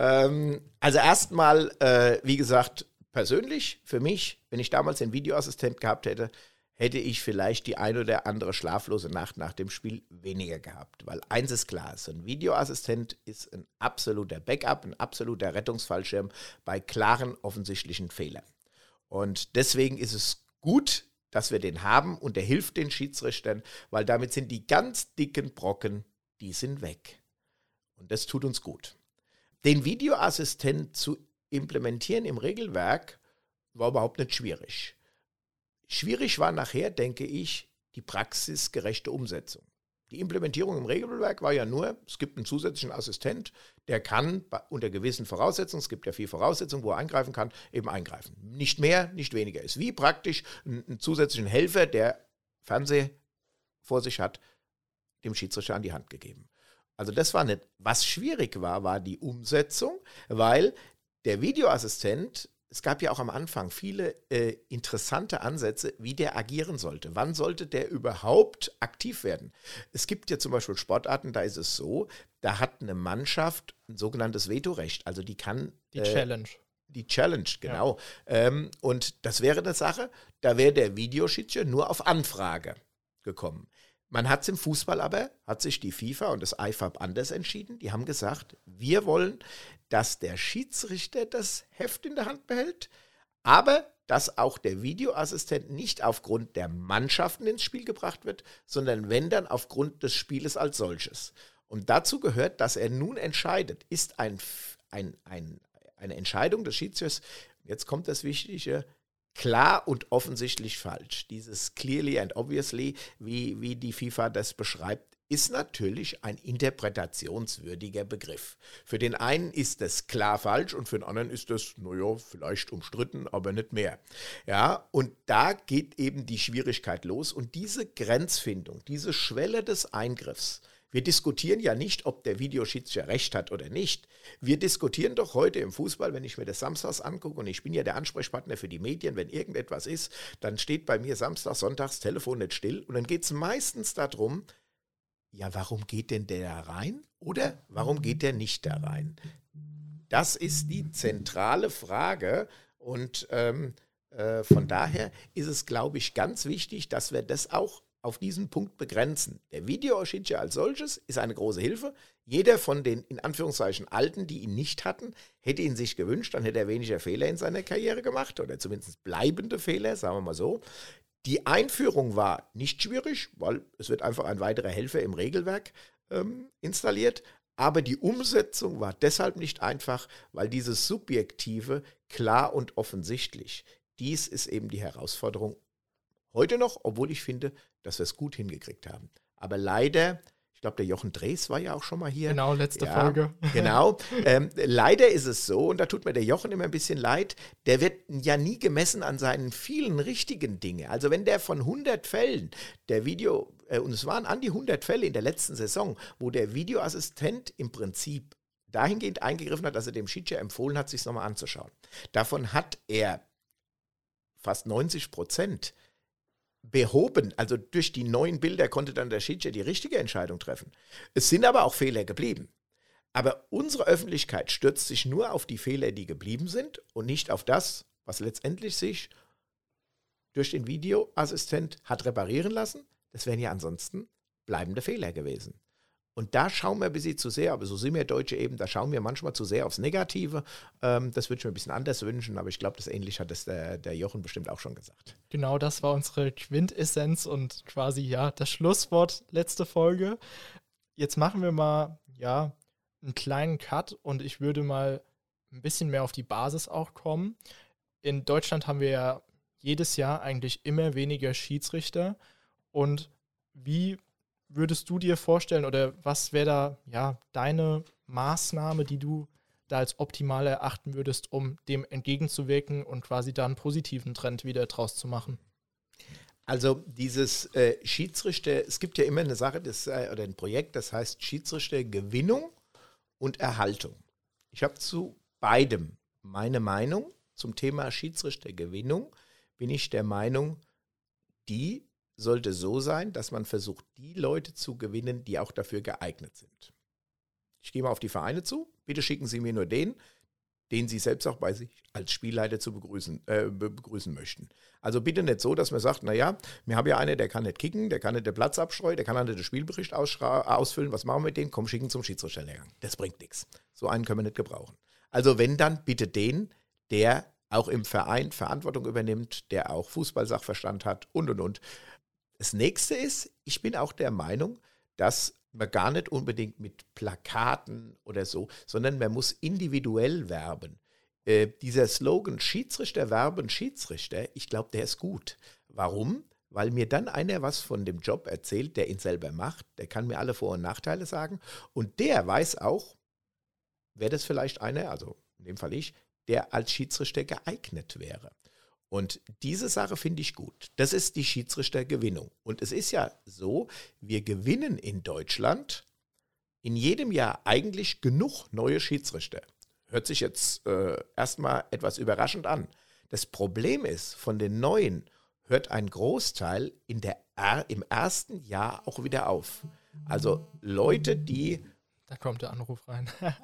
Also erstmal, wie gesagt, persönlich für mich, wenn ich damals den Videoassistent gehabt hätte, hätte ich vielleicht die ein oder andere schlaflose Nacht nach dem Spiel weniger gehabt. Weil eins ist klar, so ein Videoassistent ist ein absoluter Backup, ein absoluter Rettungsfallschirm bei klaren, offensichtlichen Fehlern. Und deswegen ist es gut, dass wir den haben und der hilft den Schiedsrichtern, weil damit sind die ganz dicken Brocken, die sind weg. Und das tut uns gut. Den Videoassistent zu implementieren im Regelwerk war überhaupt nicht schwierig. Schwierig war nachher, denke ich, die praxisgerechte Umsetzung. Die Implementierung im Regelwerk war ja nur, es gibt einen zusätzlichen Assistent, der kann unter gewissen Voraussetzungen, es gibt ja 4 Voraussetzungen, wo er eingreifen kann, eben eingreifen. Nicht mehr, nicht weniger. Ist wie praktisch einen zusätzlichen Helfer, der Fernseher vor sich hat, dem Schiedsrichter an die Hand gegeben. Also das war nicht. Was schwierig war, war die Umsetzung, weil der Videoassistent, es gab ja auch am Anfang viele interessante Ansätze, wie der agieren sollte. Wann sollte der überhaupt aktiv werden? Es gibt ja zum Beispiel Sportarten, da ist es so, da hat eine Mannschaft ein sogenanntes Vetorecht. Also die kann... Die Challenge. Die Challenge, genau. Ja. Und das wäre eine Sache, da wäre der Videoschiedsrichter nur auf Anfrage gekommen. Man hat es im Fußball aber, hat sich die FIFA und das IFAB anders entschieden. Die haben gesagt, wir wollen, dass der Schiedsrichter das Heft in der Hand behält, aber dass auch der Videoassistent nicht aufgrund der Mannschaften ins Spiel gebracht wird, sondern wenn dann aufgrund des Spieles als solches. Und dazu gehört, dass er nun entscheidet, ist eine Entscheidung des Schiedsrichters, jetzt kommt das Wichtige, klar und offensichtlich falsch. Dieses clearly and obviously, wie die FIFA das beschreibt, ist natürlich ein interpretationswürdiger Begriff. Für den einen ist das klar falsch und für den anderen ist das, vielleicht umstritten, aber nicht mehr. Ja, und da geht eben die Schwierigkeit los und diese Grenzfindung, diese Schwelle des Eingriffs. Wir diskutieren ja nicht, ob der Videoschiedsrichter recht hat oder nicht. Wir diskutieren doch heute im Fußball, wenn ich mir das samstags angucke, und ich bin ja der Ansprechpartner für die Medien, wenn irgendetwas ist, dann steht bei mir samstags, sonntags Telefon nicht still und dann geht es meistens darum, ja, warum geht denn der da rein oder warum geht der nicht da rein? Das ist die zentrale Frage und von daher ist es, glaube ich, ganz wichtig, dass wir das auch auf diesen Punkt begrenzen. Der Videoschiedsrichter als solches ist eine große Hilfe. Jeder von den, in Anführungszeichen, Alten, die ihn nicht hatten, hätte ihn sich gewünscht, dann hätte er weniger Fehler in seiner Karriere gemacht oder zumindest bleibende Fehler, sagen wir mal so. Die Einführung war nicht schwierig, weil es wird einfach ein weiterer Helfer im Regelwerk installiert. Aber die Umsetzung war deshalb nicht einfach, weil dieses Subjektive klar und offensichtlich, dies ist eben die Herausforderung heute noch, obwohl ich finde, dass wir es gut hingekriegt haben. Aber leider, Ich glaube, der Jochen Drees war ja auch schon mal hier. Genau, letzte Folge. Genau. Leider ist es so, und da tut mir der Jochen immer ein bisschen leid, der wird ja nie gemessen an seinen vielen richtigen Dingen. Also wenn der von 100 Fällen, und es waren an die 100 Fälle in der letzten Saison, wo der Videoassistent im Prinzip dahingehend eingegriffen hat, dass er dem Schiedsrichter empfohlen hat, sich es nochmal anzuschauen. Davon hat er fast 90% behoben, also durch die neuen Bilder konnte dann der Schiedsrichter die richtige Entscheidung treffen. Es sind aber auch Fehler geblieben. Aber unsere Öffentlichkeit stürzt sich nur auf die Fehler, die geblieben sind und nicht auf das, was letztendlich sich durch den Videoassistent hat reparieren lassen. Das wären ja ansonsten bleibende Fehler gewesen. Und da schauen wir ein bisschen zu sehr, aber so sind wir Deutsche eben, da schauen wir manchmal zu sehr aufs Negative. Das würde ich mir ein bisschen anders wünschen, aber ich glaube, das ähnlich hat das der Jochen bestimmt auch schon gesagt. Genau, das war unsere Quintessenz und quasi das Schlusswort letzte Folge. Jetzt machen wir mal einen kleinen Cut und ich würde mal ein bisschen mehr auf die Basis auch kommen. In Deutschland haben wir ja jedes Jahr eigentlich immer weniger Schiedsrichter. Und wie würdest du dir vorstellen oder was wäre da deine Maßnahme, die du da als optimal erachten würdest, um dem entgegenzuwirken und quasi da einen positiven Trend wieder draus zu machen? Also dieses Schiedsrichter, es gibt ja immer eine Sache oder ein Projekt, das heißt Schiedsrichtergewinnung und Erhaltung. Ich habe zu beidem meine Meinung. Zum Thema Schiedsrichtergewinnung bin ich der Meinung, die sollte so sein, dass man versucht, die Leute zu gewinnen, die auch dafür geeignet sind. Ich gehe mal auf die Vereine zu. Bitte schicken Sie mir nur den Sie selbst auch bei sich als Spielleiter begrüßen möchten. Also bitte nicht so, dass man sagt, naja, wir haben ja einen, der kann nicht kicken, der kann nicht den Platz abstreuen, der kann nicht den Spielbericht ausfüllen. Was machen wir mit dem? Komm, schicken zum Schiedsrichterlehrgang. Das bringt nichts. So einen können wir nicht gebrauchen. Also wenn, dann bitte den, der auch im Verein Verantwortung übernimmt, der auch Fußballsachverstand hat und. Das nächste ist, ich bin auch der Meinung, dass man gar nicht unbedingt mit Plakaten oder so, sondern man muss individuell werben. Dieser Slogan Schiedsrichter werben Schiedsrichter, ich glaube, der ist gut. Warum? Weil mir dann einer was von dem Job erzählt, der ihn selber macht, der kann mir alle Vor- und Nachteile sagen und der weiß auch, wäre das vielleicht einer, also in dem Fall ich, der als Schiedsrichter geeignet wäre. Und diese Sache finde ich gut. Das ist die Schiedsrichtergewinnung. Und es ist ja so, wir gewinnen in Deutschland in jedem Jahr eigentlich genug neue Schiedsrichter. Hört sich jetzt erstmal etwas überraschend an. Das Problem ist, von den Neuen hört ein Großteil im ersten Jahr auch wieder auf. Also Leute, die... Da kommt der Anruf rein.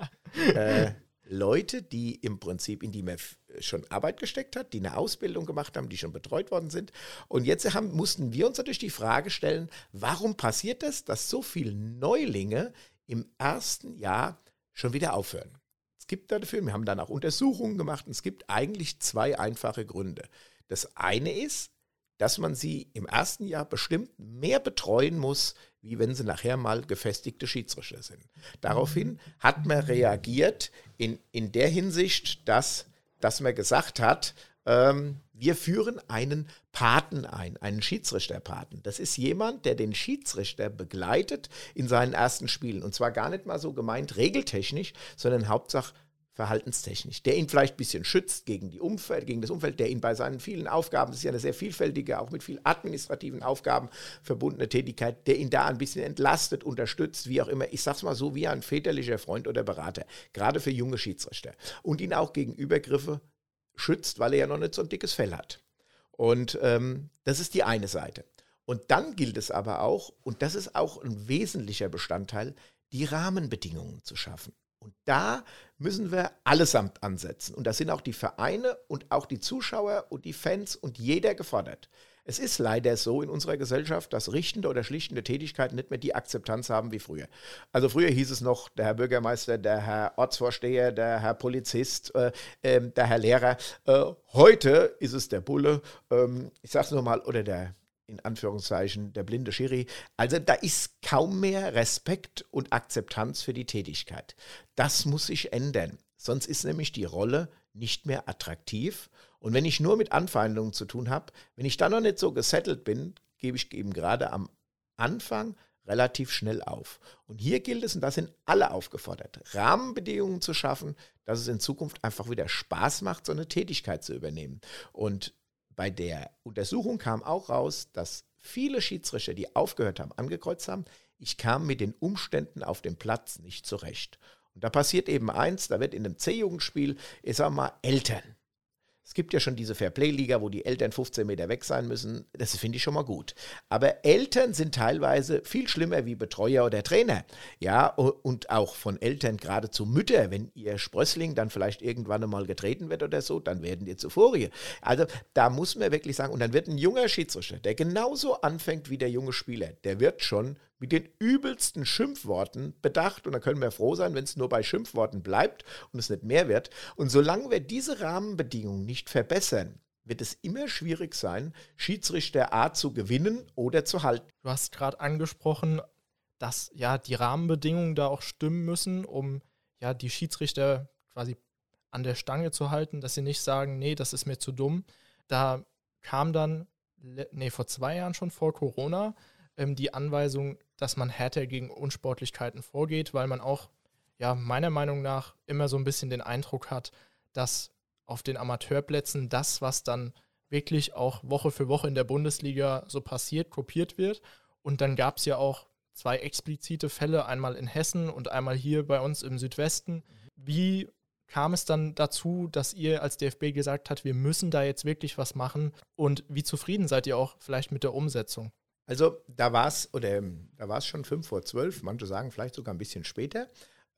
Leute, die im Prinzip, in die man schon Arbeit gesteckt hat, die eine Ausbildung gemacht haben, die schon betreut worden sind. Und jetzt mussten wir uns natürlich die Frage stellen, warum passiert das, dass so viele Neulinge im ersten Jahr schon wieder aufhören? Es gibt dafür, wir haben dann auch Untersuchungen gemacht und es gibt eigentlich zwei einfache Gründe. Das eine ist, dass man sie im ersten Jahr bestimmt mehr betreuen muss, wie wenn sie nachher mal gefestigte Schiedsrichter sind. Daraufhin hat man reagiert in der Hinsicht, dass man gesagt hat, wir führen einen Paten ein, einen Schiedsrichterpaten. Das ist jemand, der den Schiedsrichter begleitet in seinen ersten Spielen. Und zwar gar nicht mal so gemeint regeltechnisch, sondern Hauptsache verhaltenstechnisch, der ihn vielleicht ein bisschen schützt gegen das Umfeld, der ihn bei seinen vielen Aufgaben, das ist ja eine sehr vielfältige, auch mit viel administrativen Aufgaben verbundene Tätigkeit, der ihn da ein bisschen entlastet, unterstützt, wie auch immer. Ich sag's mal so, wie ein väterlicher Freund oder Berater, gerade für junge Schiedsrichter. Und ihn auch gegen Übergriffe schützt, weil er ja noch nicht so ein dickes Fell hat. Und das ist die eine Seite. Und dann gilt es aber auch, und das ist auch ein wesentlicher Bestandteil, die Rahmenbedingungen zu schaffen. Und da müssen wir allesamt ansetzen. Und da sind auch die Vereine und auch die Zuschauer und die Fans und jeder gefordert. Es ist leider so in unserer Gesellschaft, dass richtende oder schlichtende Tätigkeiten nicht mehr die Akzeptanz haben wie früher. Also früher hieß es noch, der Herr Bürgermeister, der Herr Ortsvorsteher, der Herr Polizist, der Herr Lehrer. Heute ist es der Bulle, ich sag's nochmal, oder der, in Anführungszeichen, der blinde Schiri. Also da ist kaum mehr Respekt und Akzeptanz für die Tätigkeit. Das muss sich ändern. Sonst ist nämlich die Rolle nicht mehr attraktiv. Und wenn ich nur mit Anfeindungen zu tun habe, wenn ich dann noch nicht so gesettelt bin, gebe ich eben gerade am Anfang relativ schnell auf. Und hier gilt es, und da sind alle aufgefordert, Rahmenbedingungen zu schaffen, dass es in Zukunft einfach wieder Spaß macht, so eine Tätigkeit zu übernehmen. Und bei der Untersuchung kam auch raus, dass viele Schiedsrichter, die aufgehört haben, angekreuzt haben, ich kam mit den Umständen auf dem Platz nicht zurecht. Und da passiert eben eins, da wird in einem C-Jugendspiel, ich sag mal, Eltern. Es gibt ja schon diese Fairplay-Liga, wo die Eltern 15 Meter weg sein müssen. Das finde ich schon mal gut. Aber Eltern sind teilweise viel schlimmer wie Betreuer oder Trainer. Ja, und auch von Eltern geradezu Mütter. Wenn ihr Sprössling dann vielleicht irgendwann einmal getreten wird oder so, dann werden die zur Furie. Also da muss man wirklich sagen, und dann wird ein junger Schiedsrichter, der genauso anfängt wie der junge Spieler, der wird schon mit den übelsten Schimpfworten bedacht. Und da können wir froh sein, wenn es nur bei Schimpfworten bleibt und es nicht mehr wird. Und solange wir diese Rahmenbedingungen nicht verbessern, wird es immer schwierig sein, Schiedsrichter A zu gewinnen oder zu halten. Du hast gerade angesprochen, dass ja die Rahmenbedingungen da auch stimmen müssen, um ja die Schiedsrichter quasi an der Stange zu halten, dass sie nicht sagen, nee, das ist mir zu dumm. Da kam dann, vor 2 Jahren schon, vor Corona, die Anweisung, dass man härter gegen Unsportlichkeiten vorgeht, weil man auch, ja, meiner Meinung nach immer so ein bisschen den Eindruck hat, dass auf den Amateurplätzen das, was dann wirklich auch Woche für Woche in der Bundesliga so passiert, kopiert wird. Und dann gab es ja auch 2 explizite Fälle, einmal in Hessen und einmal hier bei uns im Südwesten. Wie kam es dann dazu, dass ihr als DFB gesagt habt, wir müssen da jetzt wirklich was machen? Und wie zufrieden seid ihr auch vielleicht mit der Umsetzung? Also da war es schon 5:12, manche sagen vielleicht sogar ein bisschen später.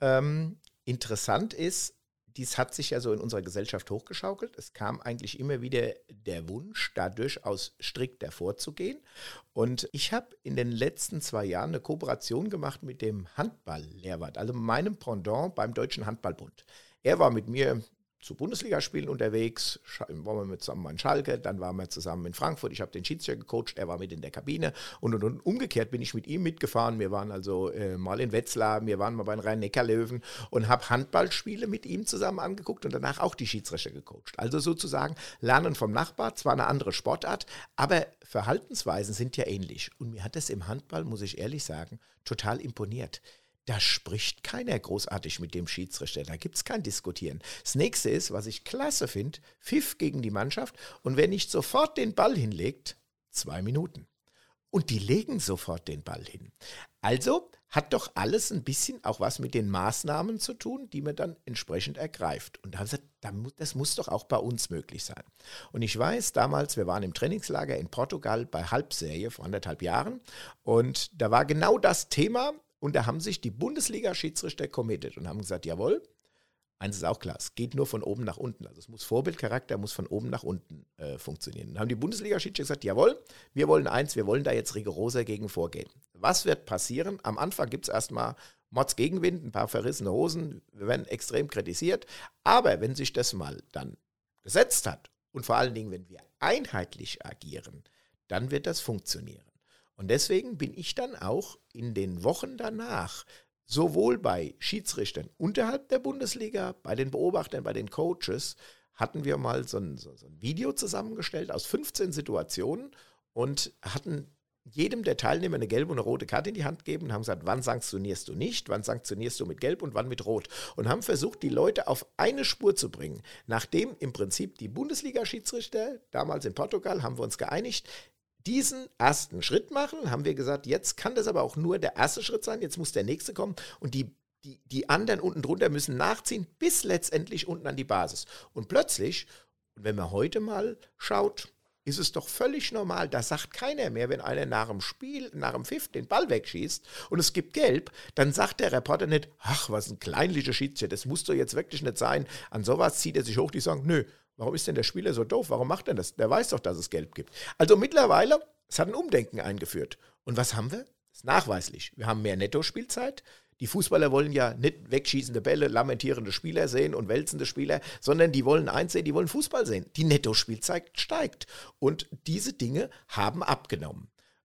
Interessant ist, dies hat sich ja so in unserer Gesellschaft hochgeschaukelt. Es kam eigentlich immer wieder der Wunsch, da durchaus strikter vorzugehen. Und ich habe in den letzten 2 Jahren eine Kooperation gemacht mit dem Handball-Lehrwart, also meinem Pendant beim Deutschen Handballbund. Er war mit mir zu Bundesligaspielen unterwegs, waren wir mit zusammen in Schalke, dann waren wir zusammen in Frankfurt, ich habe den Schiedsrichter gecoacht, er war mit in der Kabine und umgekehrt bin ich mit ihm mitgefahren, wir waren also mal in Wetzlar, wir waren mal bei den Rhein-Neckar-Löwen und habe Handballspiele mit ihm zusammen angeguckt und danach auch die Schiedsrichter gecoacht. Also sozusagen Lernen vom Nachbar, zwar eine andere Sportart, aber Verhaltensweisen sind ja ähnlich und mir hat das im Handball, muss ich ehrlich sagen, total imponiert. Da spricht keiner großartig mit dem Schiedsrichter, da gibt es kein Diskutieren. Das nächste ist, was ich klasse finde, Pfiff gegen die Mannschaft und wer nicht sofort den Ball hinlegt, 2 Minuten. Und die legen sofort den Ball hin. Also hat doch alles ein bisschen auch was mit den Maßnahmen zu tun, die man dann entsprechend ergreift. Und da haben sie gesagt, das muss doch auch bei uns möglich sein. Und ich weiß, damals, wir waren im Trainingslager in Portugal bei Halbserie vor 1,5 Jahren und da war genau das Thema. Und da haben sich die Bundesliga-Schiedsrichter committed und haben gesagt, jawohl, eins ist auch klar, es geht nur von oben nach unten. Also es muss Vorbildcharakter, muss von oben nach unten funktionieren. Und haben die Bundesliga-Schiedsrichter gesagt, jawohl, wir wollen eins, wir wollen da jetzt rigoroser gegen vorgehen. Was wird passieren? Am Anfang gibt es erstmal Mordsgegenwind, ein paar verrissene Hosen, wir werden extrem kritisiert. Aber wenn sich das mal dann gesetzt hat und vor allen Dingen, wenn wir einheitlich agieren, dann wird das funktionieren. Und deswegen bin ich dann auch in den Wochen danach sowohl bei Schiedsrichtern unterhalb der Bundesliga, bei den Beobachtern, bei den Coaches, hatten wir mal so ein Video zusammengestellt aus 15 Situationen und hatten jedem der Teilnehmer eine gelbe und eine rote Karte in die Hand gegeben und haben gesagt, wann sanktionierst du nicht, wann sanktionierst du mit Gelb und wann mit Rot. Und haben versucht, die Leute auf eine Spur zu bringen. Nachdem im Prinzip die Bundesliga-Schiedsrichter, damals in Portugal, haben wir uns geeinigt, diesen ersten Schritt machen, haben wir gesagt, jetzt kann das aber auch nur der erste Schritt sein, jetzt muss der nächste kommen und die anderen unten drunter müssen nachziehen, bis letztendlich unten an die Basis. Und plötzlich, wenn man heute mal schaut, ist es doch völlig normal, da sagt keiner mehr, wenn einer nach dem Spiel, nach dem Pfiff den Ball wegschießt und es gibt Gelb, dann sagt der Reporter nicht, ach, was ein kleinlicher Schiedsrichter, das muss doch jetzt wirklich nicht sein. An sowas zieht er sich hoch, die sagen, nö, warum ist denn der Spieler so doof? Warum macht er das? Der weiß doch, dass es Gelb gibt. Also mittlerweile, es hat ein Umdenken eingeführt. Und was haben wir? Das ist nachweislich. Wir haben mehr Nettospielzeit. Die Fußballer wollen ja nicht wegschießende Bälle, lamentierende Spieler sehen und wälzende Spieler, sondern die wollen eins sehen, die wollen Fußball sehen. Die Nettospielzeit steigt. Und diese Dinge haben abgenommen.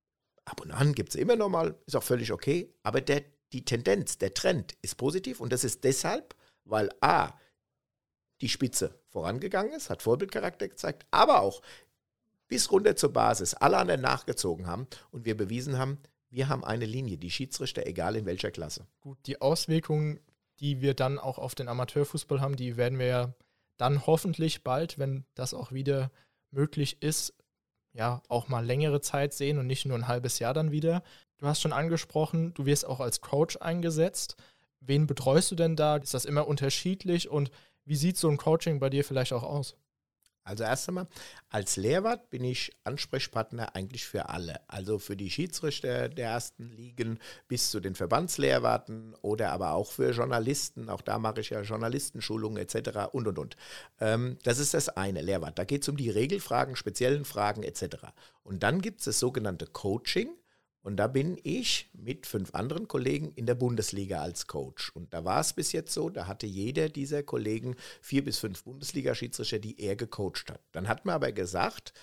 Ab und an gibt es immer noch mal, ist auch völlig okay, aber die Tendenz, der Trend ist positiv und das ist deshalb, weil A, die Spitze vorangegangen ist, hat Vorbildcharakter gezeigt, aber auch bis runter zur Basis alle anderen nachgezogen haben und wir bewiesen haben, wir haben eine Linie, die Schiedsrichter, egal in welcher Klasse. Gut, die Auswirkungen, die wir dann auch auf den Amateurfußball haben, die werden wir ja dann hoffentlich bald, wenn das auch wieder möglich ist, ja, auch mal längere Zeit sehen und nicht nur ein halbes Jahr dann wieder. Du hast schon angesprochen, du wirst auch als Coach eingesetzt. Wen betreust du denn da? Ist das immer unterschiedlich und wie sieht so ein Coaching bei dir vielleicht auch aus? Also erst einmal, als Lehrwart bin ich Ansprechpartner eigentlich für alle. Also für die Schiedsrichter der ersten Ligen bis zu den Verbandslehrwarten oder aber auch für Journalisten. Auch da mache ich ja Journalistenschulungen etc. und. Das ist das eine, Lehrwart. Da geht es um die Regelfragen, speziellen Fragen etc. Und dann gibt es das sogenannte Coaching. Und da bin ich mit 5 anderen Kollegen in der Bundesliga als Coach. Und da war es bis jetzt so, da hatte jeder dieser Kollegen 4 bis 5 Bundesliga-Schiedsrichter, die er gecoacht hat. Dann hat man aber gesagt,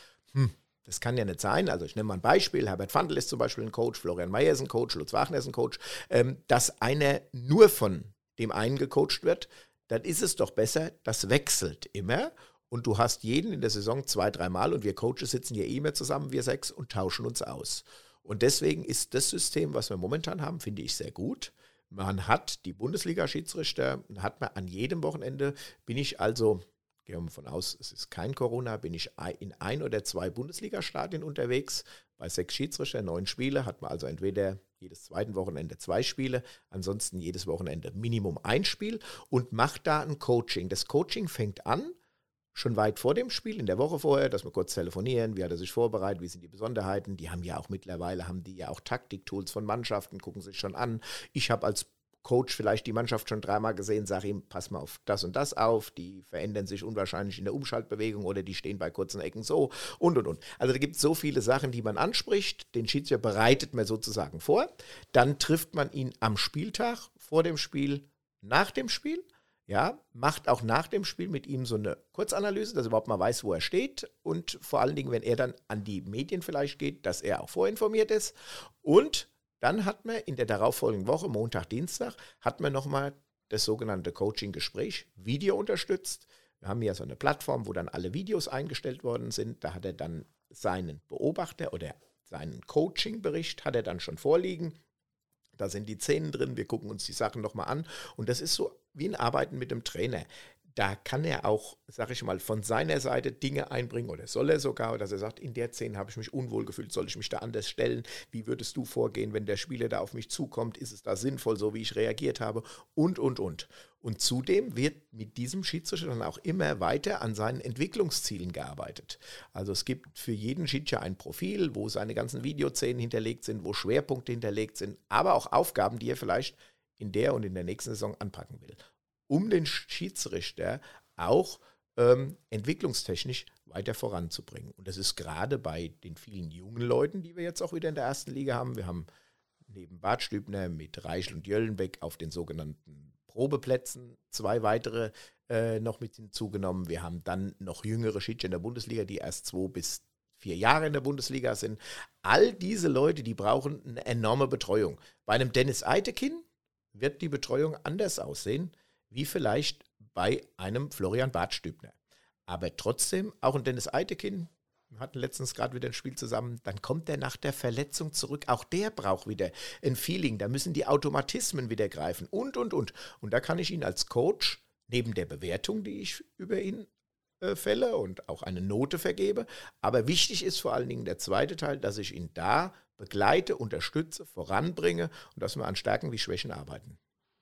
das kann ja nicht sein. Also ich nehme mal ein Beispiel. Herbert Fandl ist zum Beispiel ein Coach, Florian Mayer ist ein Coach, Lutz Wagner ist ein Coach. Dass einer nur von dem einen gecoacht wird, dann ist es doch besser, das wechselt immer. Und du hast jeden in der Saison 2-3 Mal und wir Coaches sitzen hier immer zusammen, wir 6 und tauschen uns aus. Und deswegen ist das System, was wir momentan haben, finde ich sehr gut. Man hat die Bundesliga-Schiedsrichter, hat man an jedem Wochenende, bin ich also, gehen wir mal von aus, es ist kein Corona, bin ich in 1 oder 2 Bundesliga-Stadien unterwegs. Bei 6 Schiedsrichter, 9 Spiele, hat man also entweder jedes zweiten Wochenende 2 Spiele, ansonsten jedes Wochenende Minimum 1 Spiel und macht da ein Coaching. Das Coaching fängt an, schon weit vor dem Spiel, in der Woche vorher, dass wir kurz telefonieren, wie hat er sich vorbereitet, wie sind die Besonderheiten. Die haben ja auch mittlerweile, auch Taktiktools von Mannschaften, gucken sich schon an. Ich habe als Coach vielleicht die Mannschaft schon 3-mal gesehen, sage ihm, pass mal auf das und das auf, die verändern sich unwahrscheinlich in der Umschaltbewegung oder die stehen bei kurzen Ecken so und. Also da gibt es so viele Sachen, die man anspricht, den Schiedsrichter bereitet man sozusagen vor, dann trifft man ihn am Spieltag, vor dem Spiel, nach dem Spiel. Ja, macht auch nach dem Spiel mit ihm so eine Kurzanalyse, dass er überhaupt mal weiß, wo er steht und vor allen Dingen, wenn er dann an die Medien vielleicht geht, dass er auch vorinformiert ist. Und dann hat man in der darauffolgenden Woche, Montag, Dienstag, hat man nochmal das sogenannte Coaching-Gespräch, Video unterstützt. Wir haben ja so eine Plattform, wo dann alle Videos eingestellt worden sind. Da hat er dann seinen Beobachter oder seinen Coaching-Bericht hat er dann schon vorliegen. Da sind die Szenen drin, wir gucken uns die Sachen nochmal an. Und das ist so wie ein Arbeiten mit dem Trainer. Da kann er auch, sage ich mal, von seiner Seite Dinge einbringen oder soll er sogar, dass er sagt, in der Szene habe ich mich unwohl gefühlt, soll ich mich da anders stellen? Wie würdest du vorgehen, wenn der Spieler da auf mich zukommt? Ist es da sinnvoll, so wie ich reagiert habe? Und. Und zudem wird mit diesem Schiedsrichter dann auch immer weiter an seinen Entwicklungszielen gearbeitet. Also es gibt für jeden Schiedsrichter ein Profil, wo seine ganzen Videoszenen hinterlegt sind, wo Schwerpunkte hinterlegt sind, aber auch Aufgaben, die er vielleicht in der und in der nächsten Saison anpacken will, um den Schiedsrichter auch entwicklungstechnisch weiter voranzubringen. Und das ist gerade bei den vielen jungen Leuten, die wir jetzt auch wieder in der ersten Liga haben. Wir haben neben Bart Stübner mit Reichel und Jöllenbeck auf den sogenannten Probeplätzen 2 weitere noch mit hinzugenommen. Wir haben dann noch jüngere Schiedsrichter in der Bundesliga, die erst 2 bis 4 Jahre in der Bundesliga sind. All diese Leute, die brauchen eine enorme Betreuung. Bei einem Dennis Eitekin wird die Betreuung anders aussehen, wie vielleicht bei einem Florian Bartstübner. Aber trotzdem, auch ein Dennis Eitekin, wir hatten letztens gerade wieder ein Spiel zusammen, dann kommt er nach der Verletzung zurück. Auch der braucht wieder ein Feeling, da müssen die Automatismen wieder greifen und. Und da kann ich ihn als Coach, neben der Bewertung, die ich über ihn fälle und auch eine Note vergebe, aber wichtig ist vor allen Dingen der zweite Teil, dass ich ihn da begleite, unterstütze, voranbringe und dass wir an Stärken wie Schwächen arbeiten.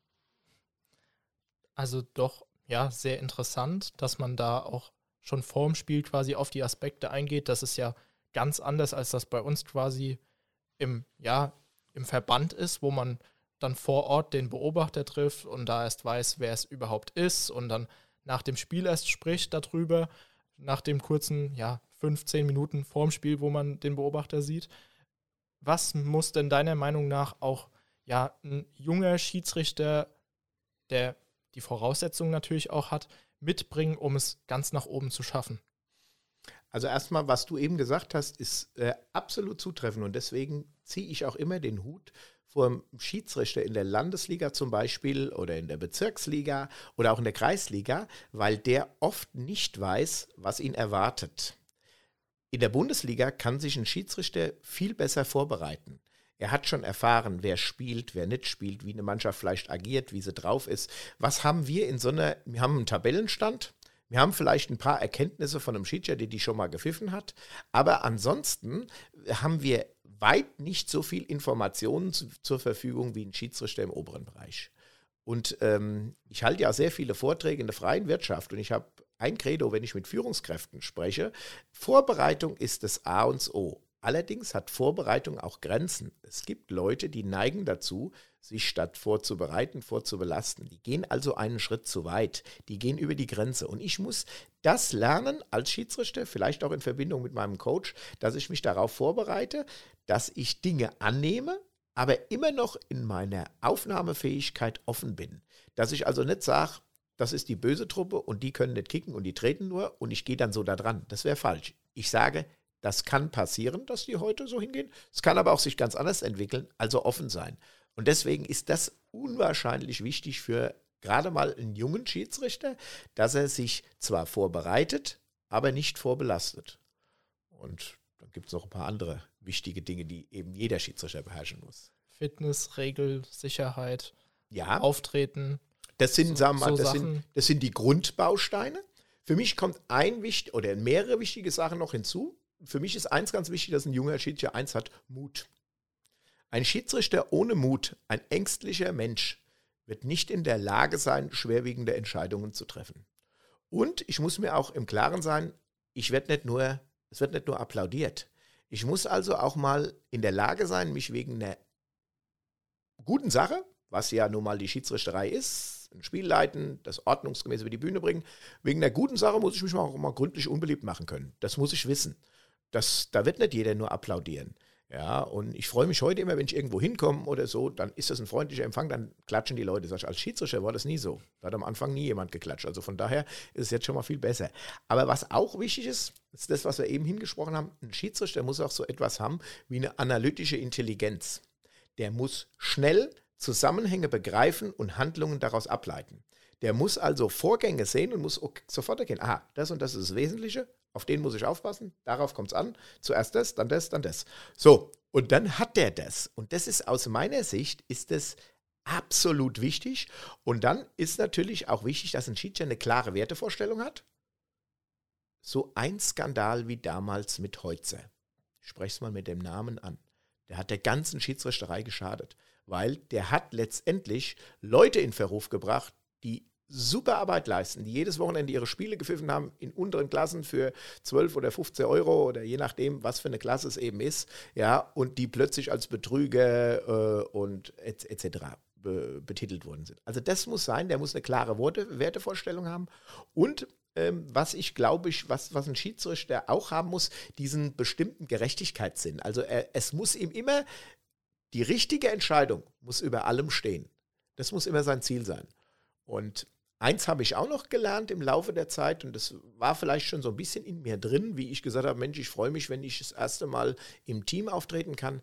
Also doch, ja, sehr interessant, dass man da auch schon vorm Spiel quasi auf die Aspekte eingeht. Das ist ja ganz anders, als das bei uns quasi im Verband ist, wo man dann vor Ort den Beobachter trifft und da erst weiß, wer es überhaupt ist und dann nach dem Spiel erst spricht darüber, nach dem kurzen, 15 Minuten vorm Spiel, wo man den Beobachter sieht. Was muss denn deiner Meinung nach auch ein junger Schiedsrichter, der die Voraussetzungen natürlich auch hat, mitbringen, um es ganz nach oben zu schaffen? Also erstmal, was du eben gesagt hast, ist absolut zutreffend und deswegen ziehe ich auch immer den Hut vor dem Schiedsrichter in der Landesliga zum Beispiel oder in der Bezirksliga oder auch in der Kreisliga, weil der oft nicht weiß, was ihn erwartet. In der Bundesliga kann sich ein Schiedsrichter viel besser vorbereiten. Er hat schon erfahren, wer spielt, wer nicht spielt, wie eine Mannschaft vielleicht agiert, wie sie drauf ist. Was haben wir wir haben einen Tabellenstand, wir haben vielleicht ein paar Erkenntnisse von einem Schiedsrichter, der die schon mal gepfiffen hat, aber ansonsten haben wir weit nicht so viel Informationen zur Verfügung wie ein Schiedsrichter im oberen Bereich. Und ich halte ja sehr viele Vorträge in der freien Wirtschaft und ich habe ein Credo, wenn ich mit Führungskräften spreche: Vorbereitung ist das A und das O. Allerdings hat Vorbereitung auch Grenzen. Es gibt Leute, die neigen dazu, sich statt vorzubereiten, vorzubelasten. Die gehen also einen Schritt zu weit. Die gehen über die Grenze. Und ich muss das lernen als Schiedsrichter, vielleicht auch in Verbindung mit meinem Coach, dass ich mich darauf vorbereite, dass ich Dinge annehme, aber immer noch in meiner Aufnahmefähigkeit offen bin. Dass ich also nicht sage, das ist die böse Truppe und die können nicht kicken und die treten nur und ich gehe dann so da dran. Das wäre falsch. Ich sage, das kann passieren, dass die heute so hingehen. Es kann aber auch sich ganz anders entwickeln, also offen sein. Und deswegen ist das unwahrscheinlich wichtig für gerade mal einen jungen Schiedsrichter, dass er sich zwar vorbereitet, aber nicht vorbelastet. Und dann gibt es noch ein paar andere wichtige Dinge, die eben jeder Schiedsrichter beherrschen muss. Fitness, Regel, Sicherheit, Ja, Auftreten. das sind, sagen wir mal, Sachen. das sind die Grundbausteine. Für mich kommt mehrere wichtige Sachen noch hinzu. Für mich ist eins ganz wichtig, dass ein junger Schiedsrichter eins hat: Mut. Ein Schiedsrichter ohne Mut, ein ängstlicher Mensch, wird nicht in der Lage sein, schwerwiegende Entscheidungen zu treffen. Und ich muss mir auch im Klaren sein, es wird nicht nur applaudiert. Ich muss also auch mal in der Lage sein, mich wegen einer guten Sache, was ja nun mal die Schiedsrichterei ist, ein Spiel leiten, das ordnungsgemäß über die Bühne bringen, wegen einer guten Sache muss ich mich auch mal gründlich unbeliebt machen können. Das muss ich wissen. Da wird nicht jeder nur applaudieren. Ja, und ich freue mich heute immer, wenn ich irgendwo hinkomme oder so, dann ist das ein freundlicher Empfang, dann klatschen die Leute. Sag ich, als Schiedsrichter war das nie so. Da hat am Anfang nie jemand geklatscht. Also von daher ist es jetzt schon mal viel besser. Aber was auch wichtig ist das, was wir eben hingesprochen haben: Ein Schiedsrichter muss auch so etwas haben wie eine analytische Intelligenz. Der muss schnell Zusammenhänge begreifen und Handlungen daraus ableiten. Der muss also Vorgänge sehen und muss sofort erkennen: Aha, das und das ist das Wesentliche, auf den muss ich aufpassen, darauf kommt es an, zuerst das, dann das, dann das. So, und dann hat der das. Und das ist aus meiner Sicht, ist das absolut wichtig. Und dann ist natürlich auch wichtig, dass ein Schiedsrichter eine klare Wertevorstellung hat. So ein Skandal wie damals mit Heutzer. Ich spreche es mal mit dem Namen an. Der hat der ganzen Schiedsrichterei geschadet, weil der hat letztendlich Leute in Verruf gebracht, die super Arbeit leisten, die jedes Wochenende ihre Spiele gepfiffen haben in unteren Klassen für 12 oder 15 Euro oder je nachdem, was für eine Klasse es eben ist, ja, und die plötzlich als Betrüger und etc. betitelt worden sind. Also das muss sein, der muss eine klare Wertevorstellung haben und was ich glaube, was ein Schiedsrichter auch haben muss, diesen bestimmten Gerechtigkeitssinn. Also es muss ihm immer, die richtige Entscheidung muss über allem stehen. Das muss immer sein Ziel sein. Und eins habe ich auch noch gelernt im Laufe der Zeit, und das war vielleicht schon so ein bisschen in mir drin, wie ich gesagt habe: Mensch, ich freue mich, wenn ich das erste Mal im Team auftreten kann.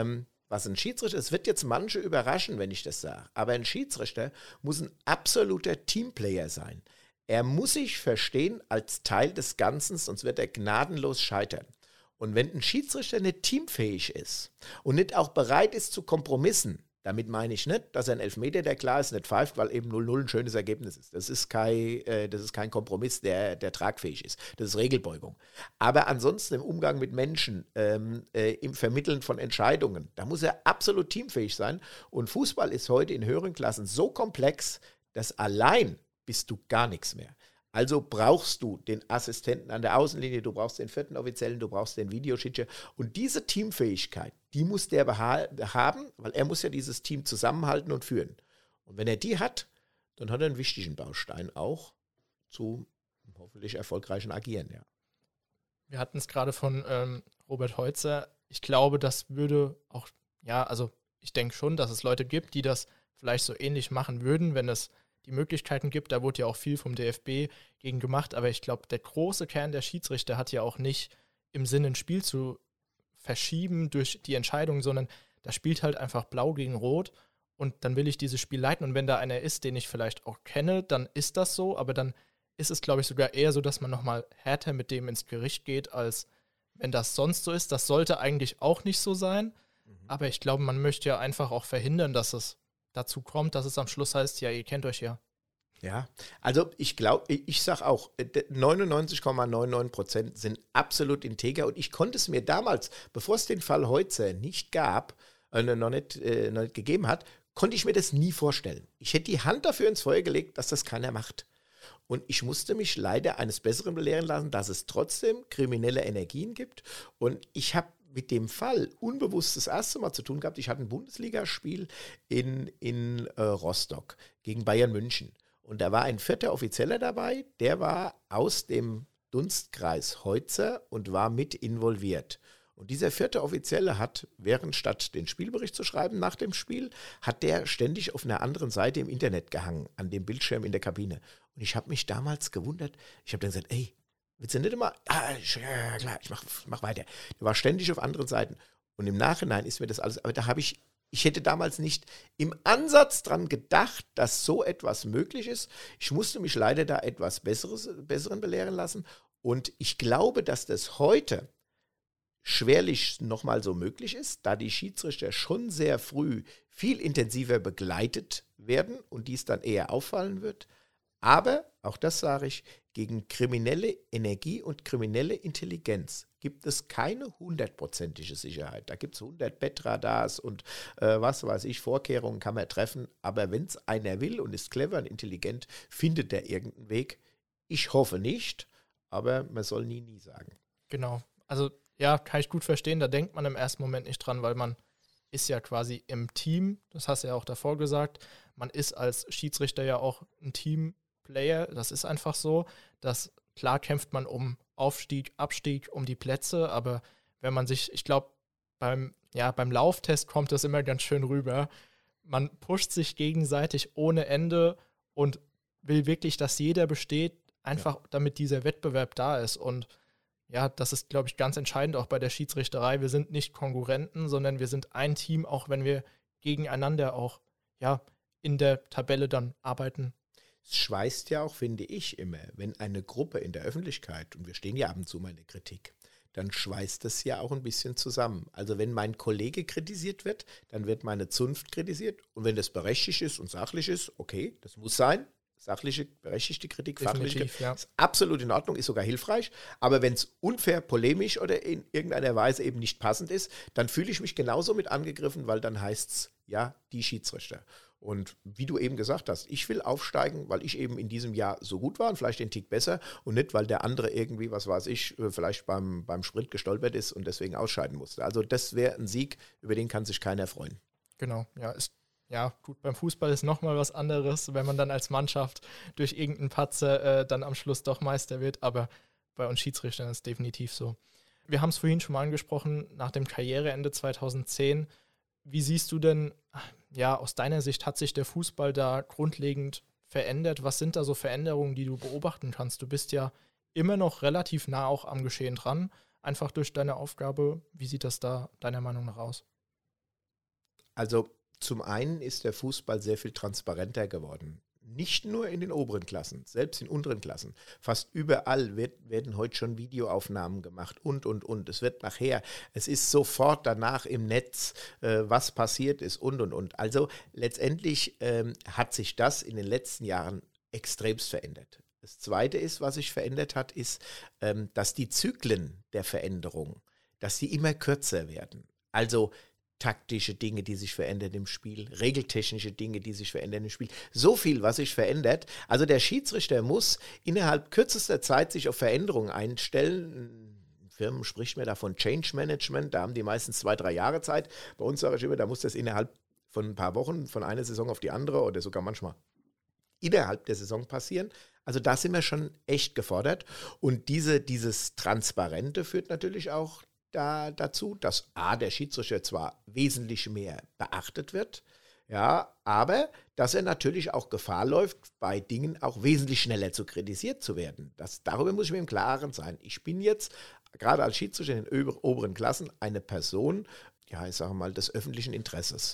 Was ein Schiedsrichter, es wird jetzt manche überraschen, wenn ich das sage, aber ein Schiedsrichter muss ein absoluter Teamplayer sein. Er muss sich verstehen als Teil des Ganzen, sonst wird er gnadenlos scheitern. Und wenn ein Schiedsrichter nicht teamfähig ist und nicht auch bereit ist zu Kompromissen, damit meine ich nicht, dass er einen Elfmeter, der klar ist, nicht pfeift, weil eben 0-0 ein schönes Ergebnis ist. Das ist kein Kompromiss, der tragfähig ist. Das ist Regelbeugung. Aber ansonsten im Umgang mit Menschen, im Vermitteln von Entscheidungen, da muss er absolut teamfähig sein. Und Fußball ist heute in höheren Klassen so komplex, dass allein bist du gar nichts mehr. Also brauchst du den Assistenten an der Außenlinie, du brauchst den vierten Offiziellen, du brauchst den Videoschiedsrichter. Und diese Teamfähigkeit, die muss der haben, weil er muss ja dieses Team zusammenhalten und führen. Und wenn er die hat, dann hat er einen wichtigen Baustein auch zu hoffentlich erfolgreichen Agieren. Ja. Wir hatten es gerade von Robert Heutzer. Ich glaube, das würde auch, ja, also ich denke schon, dass es Leute gibt, die das vielleicht so ähnlich machen würden, wenn es die Möglichkeiten gibt. Da wurde ja auch viel vom DFB gegen gemacht, aber ich glaube, der große Kern der Schiedsrichter hat ja auch nicht im Sinne, ein Spiel zu verschieben durch die Entscheidung, sondern da spielt halt einfach Blau gegen Rot und dann will ich dieses Spiel leiten und wenn da einer ist, den ich vielleicht auch kenne, dann ist das so, aber dann ist es, glaube ich, sogar eher so, dass man nochmal härter mit dem ins Gericht geht, als wenn das sonst so ist. Das sollte eigentlich auch nicht so sein, Aber ich glaube, man möchte ja einfach auch verhindern, dass es dazu kommt, dass es am Schluss heißt, ja, ihr kennt euch ja. Ja, also ich glaube, ich sage auch, 99,99% sind absolut integer und ich konnte es mir damals, bevor es den Fall Heutzer nicht gab, noch nicht gegeben hat, konnte ich mir das nie vorstellen. Ich hätte die Hand dafür ins Feuer gelegt, dass das keiner macht. Und ich musste mich leider eines Besseren belehren lassen, dass es trotzdem kriminelle Energien gibt. Und ich habe mit dem Fall unbewusst das erste Mal zu tun gehabt. Ich hatte ein Bundesligaspiel in Rostock gegen Bayern München. Und da war ein 4. Offizieller dabei, der war aus dem Dunstkreis Heutzer und war mit involviert. Und dieser 4. Offizielle hat, statt den Spielbericht zu schreiben nach dem Spiel, hat der ständig auf einer anderen Seite im Internet gehangen, an dem Bildschirm in der Kabine. Und ich habe mich damals gewundert, ich habe dann gesagt, ey, willst du nicht immer? Ja, klar, ich mach weiter. Der war ständig auf anderen Seiten. Und im Nachhinein ist mir das alles, aber da habe ich hätte damals nicht im Ansatz dran gedacht, dass so etwas möglich ist. Ich musste mich leider da etwas Besseren belehren lassen. Und ich glaube, dass das heute schwerlich nochmal so möglich ist, da die Schiedsrichter schon sehr früh viel intensiver begleitet werden und dies dann eher auffallen wird. Aber, auch das sage ich, gegen kriminelle Energie und kriminelle Intelligenz gibt es keine 100%ige Sicherheit. Da gibt es 100 Petradars und was weiß ich, Vorkehrungen kann man treffen. Aber wenn es einer will und ist clever und intelligent, findet er irgendeinen Weg. Ich hoffe nicht, aber man soll nie sagen. Genau, also ja, kann ich gut verstehen. Da denkt man im ersten Moment nicht dran, weil man ist ja quasi im Team. Das hast du ja auch davor gesagt. Man ist als Schiedsrichter ja auch ein Teamplayer. Das ist einfach so, dass klar kämpft man um Aufstieg, Abstieg, um die Plätze, aber wenn man sich, ich glaube, beim Lauftest kommt das immer ganz schön rüber. Man pusht sich gegenseitig ohne Ende und will wirklich, dass jeder besteht, einfach damit dieser Wettbewerb da ist. Und ja, das ist, glaube ich, ganz entscheidend auch bei der Schiedsrichterei. Wir sind nicht Konkurrenten, sondern wir sind ein Team, auch wenn wir gegeneinander auch in der Tabelle dann arbeiten. Es schweißt ja auch, finde ich immer, wenn eine Gruppe in der Öffentlichkeit, und wir stehen ja ab und zu mal in der Kritik, dann schweißt das ja auch ein bisschen zusammen. Also wenn mein Kollege kritisiert wird, dann wird meine Zunft kritisiert. Und wenn das berechtigt ist und sachlich ist, okay, das muss sein. Sachliche, berechtigte Kritik, fachliche Kritik, ist absolut in Ordnung, ist sogar hilfreich. Aber wenn es unfair, polemisch oder in irgendeiner Weise eben nicht passend ist, dann fühle ich mich genauso mit angegriffen, weil dann heißt es, ja, die Schiedsrichter. Und wie du eben gesagt hast, ich will aufsteigen, weil ich eben in diesem Jahr so gut war und vielleicht den Tick besser und nicht, weil der andere irgendwie, was weiß ich, vielleicht beim Sprint gestolpert ist und deswegen ausscheiden musste. Also das wäre ein Sieg, über den kann sich keiner freuen. Genau, ja, gut, beim Fußball ist nochmal was anderes, wenn man dann als Mannschaft durch irgendeinen Patzer dann am Schluss doch Meister wird, aber bei uns Schiedsrichtern ist es definitiv so. Wir haben es vorhin schon mal angesprochen, nach dem Karriereende 2010, wie siehst du denn, aus deiner Sicht hat sich der Fußball da grundlegend verändert? Was sind da so Veränderungen, die du beobachten kannst? Du bist ja immer noch relativ nah auch am Geschehen dran, einfach durch deine Aufgabe. Wie sieht das da deiner Meinung nach aus? Also zum einen ist der Fußball sehr viel transparenter geworden. Nicht nur in den oberen Klassen, selbst in unteren Klassen. Fast überall werden heute schon Videoaufnahmen gemacht und. Es wird nachher, es ist sofort danach im Netz, was passiert ist und. Also letztendlich hat sich das in den letzten Jahren extremst verändert. Das Zweite ist, was sich verändert hat, ist, dass die Zyklen der Veränderung, dass die immer kürzer werden. Also taktische Dinge, die sich verändern im Spiel, regeltechnische Dinge, die sich verändern im Spiel. So viel, was sich verändert. Also der Schiedsrichter muss innerhalb kürzester Zeit sich auf Veränderungen einstellen. In Firmen spricht man da von Change Management, da haben die meistens 2-3 Jahre Zeit. Bei uns sage ich immer, da muss das innerhalb von ein paar Wochen, von einer Saison auf die andere oder sogar manchmal innerhalb der Saison passieren. Also da sind wir schon echt gefordert. Und dieses Transparente führt natürlich auch dazu, dass der Schiedsrichter zwar wesentlich mehr beachtet wird, ja, aber dass er natürlich auch Gefahr läuft, bei Dingen auch wesentlich schneller kritisiert zu werden. Darüber muss ich mir im Klaren sein. Ich bin jetzt, gerade als Schiedsrichter in den oberen Klassen, eine Person, ich sage mal, des öffentlichen Interesses.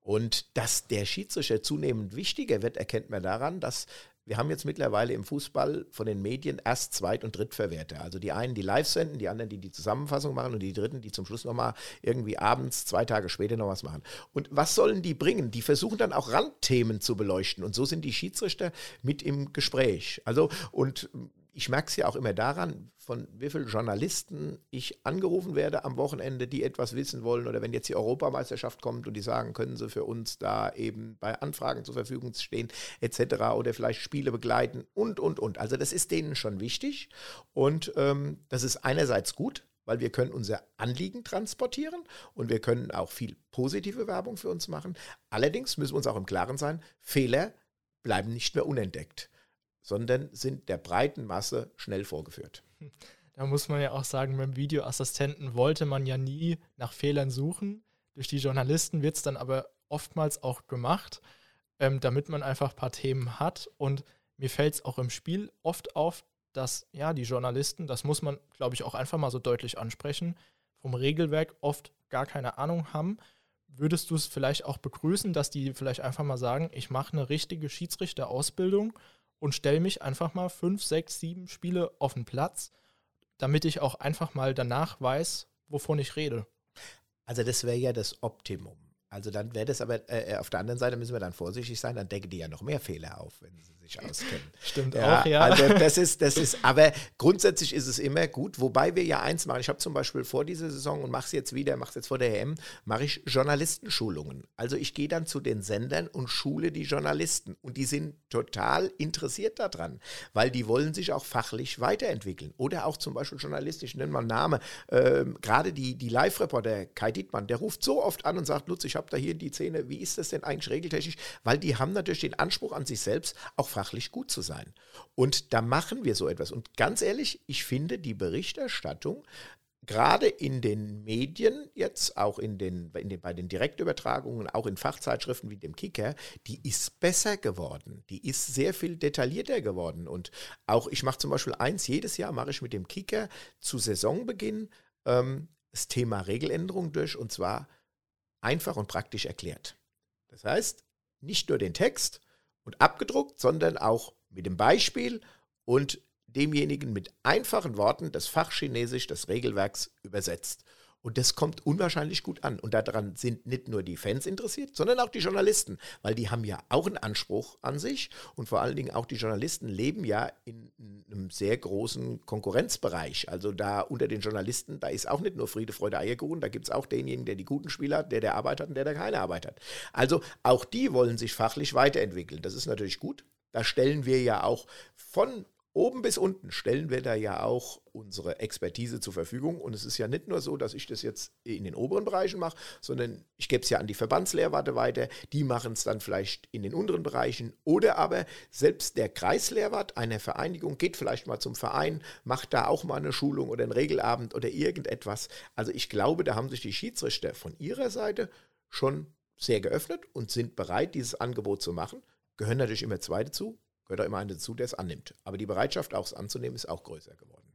Und dass der Schiedsrichter zunehmend wichtiger wird, erkennt man daran, dass wir haben jetzt mittlerweile im Fußball von den Medien Erst-, Zweit- und Drittverwerter. Also die einen, die live senden, die anderen, die die Zusammenfassung machen und die Dritten, die zum Schluss nochmal irgendwie abends, 2 Tage später noch was machen. Und was sollen die bringen? Die versuchen dann auch Randthemen zu beleuchten. Und so sind die Schiedsrichter mit im Gespräch. Also, und ich merke es ja auch immer daran, von wie vielen Journalisten ich angerufen werde am Wochenende, die etwas wissen wollen. Oder wenn jetzt die Europameisterschaft kommt und die sagen, können sie für uns da eben bei Anfragen zur Verfügung stehen, etc. Oder vielleicht Spiele begleiten und. Also das ist denen schon wichtig. Und das ist einerseits gut, weil wir können unser Anliegen transportieren und wir können auch viel positive Werbung für uns machen. Allerdings müssen wir uns auch im Klaren sein, Fehler bleiben nicht mehr unentdeckt, sondern sind der breiten Masse schnell vorgeführt. Da muss man ja auch sagen, beim Videoassistenten wollte man ja nie nach Fehlern suchen. Durch die Journalisten wird es dann aber oftmals auch gemacht, damit man einfach ein paar Themen hat. Und mir fällt es auch im Spiel oft auf, dass ja die Journalisten, das muss man, glaube ich, auch einfach mal so deutlich ansprechen, vom Regelwerk oft gar keine Ahnung haben. Würdest du es vielleicht auch begrüßen, dass die vielleicht einfach mal sagen, ich mache eine richtige Schiedsrichterausbildung und stelle mich einfach mal 5, 6, 7 Spiele auf den Platz, damit ich auch einfach mal danach weiß, wovon ich rede? Also das wäre ja das Optimum. Also dann wäre das aber, auf der anderen Seite müssen wir dann vorsichtig sein, dann decken die ja noch mehr Fehler auf, wenn sie sich auskennen. Stimmt auch, ja. Also das ist, aber grundsätzlich ist es immer gut, wobei wir ja eins machen. Ich habe zum Beispiel vor dieser Saison und mache es jetzt wieder, mache es jetzt vor der EM, mache ich Journalistenschulungen. Also ich gehe dann zu den Sendern und schule die Journalisten und die sind total interessiert daran, weil die wollen sich auch fachlich weiterentwickeln. Oder auch zum Beispiel journalistisch, ich nenne mal einen Namen, gerade die Live-Reporter, Kai Dietmann, der ruft so oft an und sagt, Lutz, ich habe da hier die Szene, wie ist das denn eigentlich regeltechnisch? Weil die haben natürlich den Anspruch an sich selbst, auch fachlich gut zu sein. Und da machen wir so etwas. Und ganz ehrlich, ich finde die Berichterstattung gerade in den Medien, jetzt auch bei den Direktübertragungen, auch in Fachzeitschriften wie dem Kicker, die ist besser geworden. Die ist sehr viel detaillierter geworden. Und auch, ich mache zum Beispiel jedes Jahr mache ich mit dem Kicker zu Saisonbeginn das Thema Regeländerung durch, und zwar einfach und praktisch erklärt. Das heißt, nicht nur den Text und abgedruckt, sondern auch mit dem Beispiel und demjenigen mit einfachen Worten das Fachchinesisch des Regelwerks übersetzt. Und das kommt unwahrscheinlich gut an. Und daran sind nicht nur die Fans interessiert, sondern auch die Journalisten, weil die haben ja auch einen Anspruch an sich. Und vor allen Dingen auch die Journalisten leben ja in einem sehr großen Konkurrenzbereich. Also da unter den Journalisten, da ist auch nicht nur Friede, Freude, Eierkuchen, da gibt es auch denjenigen, der die guten Spieler hat, der Arbeit hat und der keine Arbeit hat. Also auch die wollen sich fachlich weiterentwickeln. Das ist natürlich gut. Da stellen wir ja auch von oben bis unten stellen wir da ja auch unsere Expertise zur Verfügung. Und es ist ja nicht nur so, dass ich das jetzt in den oberen Bereichen mache, sondern ich gebe es ja an die Verbandslehrwarte weiter. Die machen es dann vielleicht in den unteren Bereichen. Oder aber selbst der Kreislehrwart einer Vereinigung geht vielleicht mal zum Verein, macht da auch mal eine Schulung oder einen Regelabend oder irgendetwas. Also ich glaube, da haben sich die Schiedsrichter von ihrer Seite schon sehr geöffnet und sind bereit, dieses Angebot zu machen. Gehören natürlich immer zwei dazu. Gehört auch immer einer dazu, der es annimmt. Aber die Bereitschaft, auch es anzunehmen, ist auch größer geworden.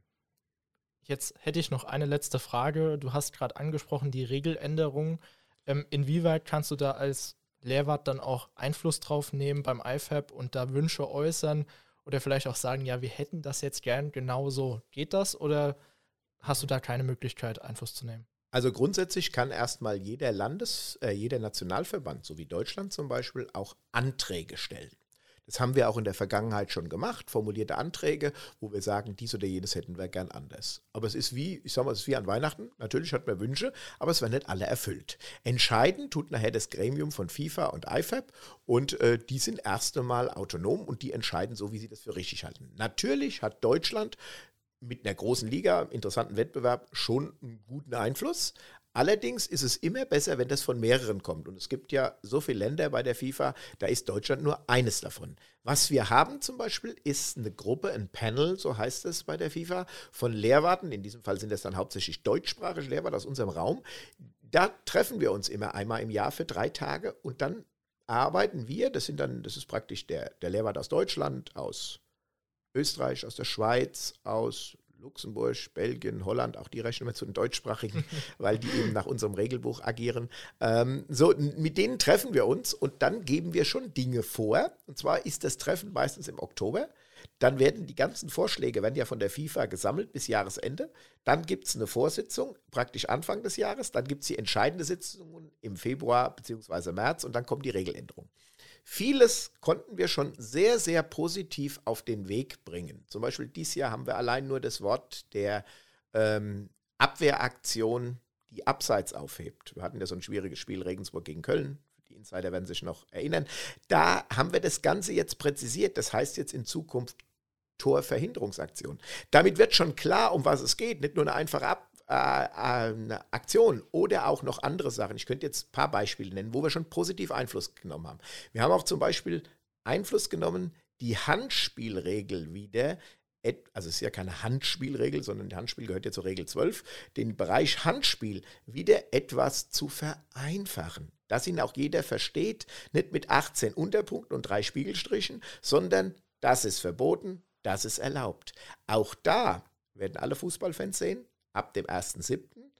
Jetzt hätte ich noch eine letzte Frage. Du hast gerade angesprochen, die Regeländerung. Inwieweit kannst du da als Lehrwart dann auch Einfluss drauf nehmen beim IFAB und da Wünsche äußern oder vielleicht auch sagen, ja, wir hätten das jetzt gern genau so. Geht das oder hast du da keine Möglichkeit, Einfluss zu nehmen? Also grundsätzlich kann erstmal jeder Nationalverband, so wie Deutschland zum Beispiel, auch Anträge stellen. Das haben wir auch in der Vergangenheit schon gemacht, formulierte Anträge, wo wir sagen, dies oder jenes hätten wir gern anders. Aber es ist es ist wie an Weihnachten. Natürlich hat man Wünsche, aber es werden nicht alle erfüllt. Entscheiden tut nachher das Gremium von FIFA und IFAB und die sind erst einmal autonom und die entscheiden so, wie sie das für richtig halten. Natürlich hat Deutschland mit einer großen Liga, interessanten Wettbewerb, schon einen guten Einfluss. Allerdings ist es immer besser, wenn das von mehreren kommt. Und es gibt ja so viele Länder bei der FIFA, da ist Deutschland nur eines davon. Was wir haben zum Beispiel, ist eine Gruppe, ein Panel, so heißt es bei der FIFA, von Lehrwarten. In diesem Fall sind das dann hauptsächlich deutschsprachige Lehrwarte aus unserem Raum. Da treffen wir uns immer einmal im Jahr für 3 Tage und dann arbeiten wir, das ist praktisch der Lehrwart aus Deutschland, aus Österreich, aus der Schweiz, aus Luxemburg, Belgien, Holland, auch die rechnen wir zu den deutschsprachigen, weil die eben nach unserem Regelbuch agieren. Mit denen treffen wir uns und dann geben wir schon Dinge vor. Und zwar ist das Treffen meistens im Oktober. Dann werden die ganzen Vorschläge ja von der FIFA gesammelt bis Jahresende. Dann gibt es eine Vorsitzung, praktisch Anfang des Jahres. Dann gibt es die entscheidende Sitzung im Februar bzw. März und dann kommt die Regeländerung. Vieles konnten wir schon sehr, sehr positiv auf den Weg bringen. Zum Beispiel dieses Jahr haben wir allein nur das Wort der Abwehraktion, die Abseits aufhebt. Wir hatten ja so ein schwieriges Spiel Regensburg gegen Köln. Die Insider werden sich noch erinnern. Da haben wir das Ganze jetzt präzisiert. Das heißt jetzt in Zukunft Torverhinderungsaktion. Damit wird schon klar, um was es geht. Nicht nur eine einfache eine Aktion oder auch noch andere Sachen. Ich könnte jetzt ein paar Beispiele nennen, wo wir schon positiv Einfluss genommen haben. Wir haben auch zum Beispiel Einfluss genommen, die Handspielregel wieder, also es ist ja keine Handspielregel, sondern die Handspiel gehört ja zur Regel 12, den Bereich Handspiel wieder etwas zu vereinfachen. Dass ihn auch jeder versteht, nicht mit 18 Unterpunkten und 3 Spiegelstrichen, sondern das ist verboten, das ist erlaubt. Auch da werden alle Fußballfans sehen, ab dem 1.7.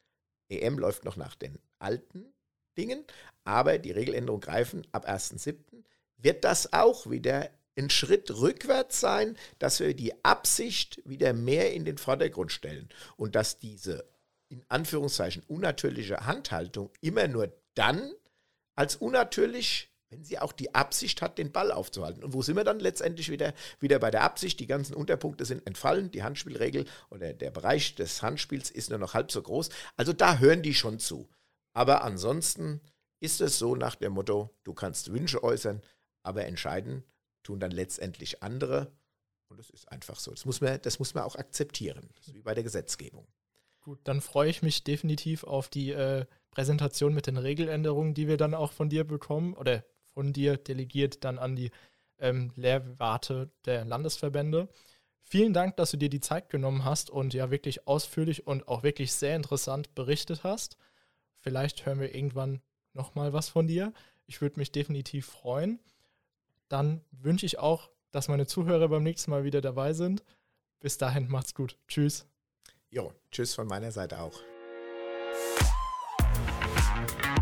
EM läuft noch nach den alten Dingen, aber die Regeländerungen greifen ab 1.7. Wird das auch wieder ein Schritt rückwärts sein, dass wir die Absicht wieder mehr in den Vordergrund stellen und dass diese, in Anführungszeichen, unnatürliche Handhaltung immer nur dann als unnatürlich, wenn sie auch die Absicht hat, den Ball aufzuhalten. Und wo sind wir dann letztendlich wieder bei der Absicht? Die ganzen Unterpunkte sind entfallen, die Handspielregel oder der Bereich des Handspiels ist nur noch halb so groß. Also da hören die schon zu. Aber ansonsten ist es so nach dem Motto, du kannst Wünsche äußern, aber entscheiden tun dann letztendlich andere. Und das ist einfach so. Das muss man auch akzeptieren. Das ist wie bei der Gesetzgebung. Gut, dann freue ich mich definitiv auf die Präsentation mit den Regeländerungen, die wir dann auch von dir bekommen oder von dir delegiert dann an die Lehrwarte der Landesverbände. Vielen Dank, dass du dir die Zeit genommen hast und ja wirklich ausführlich und auch wirklich sehr interessant berichtet hast. Vielleicht hören wir irgendwann nochmal was von dir. Ich würde mich definitiv freuen. Dann wünsche ich auch, dass meine Zuhörer beim nächsten Mal wieder dabei sind. Bis dahin, macht's gut. Tschüss. Jo, tschüss von meiner Seite auch.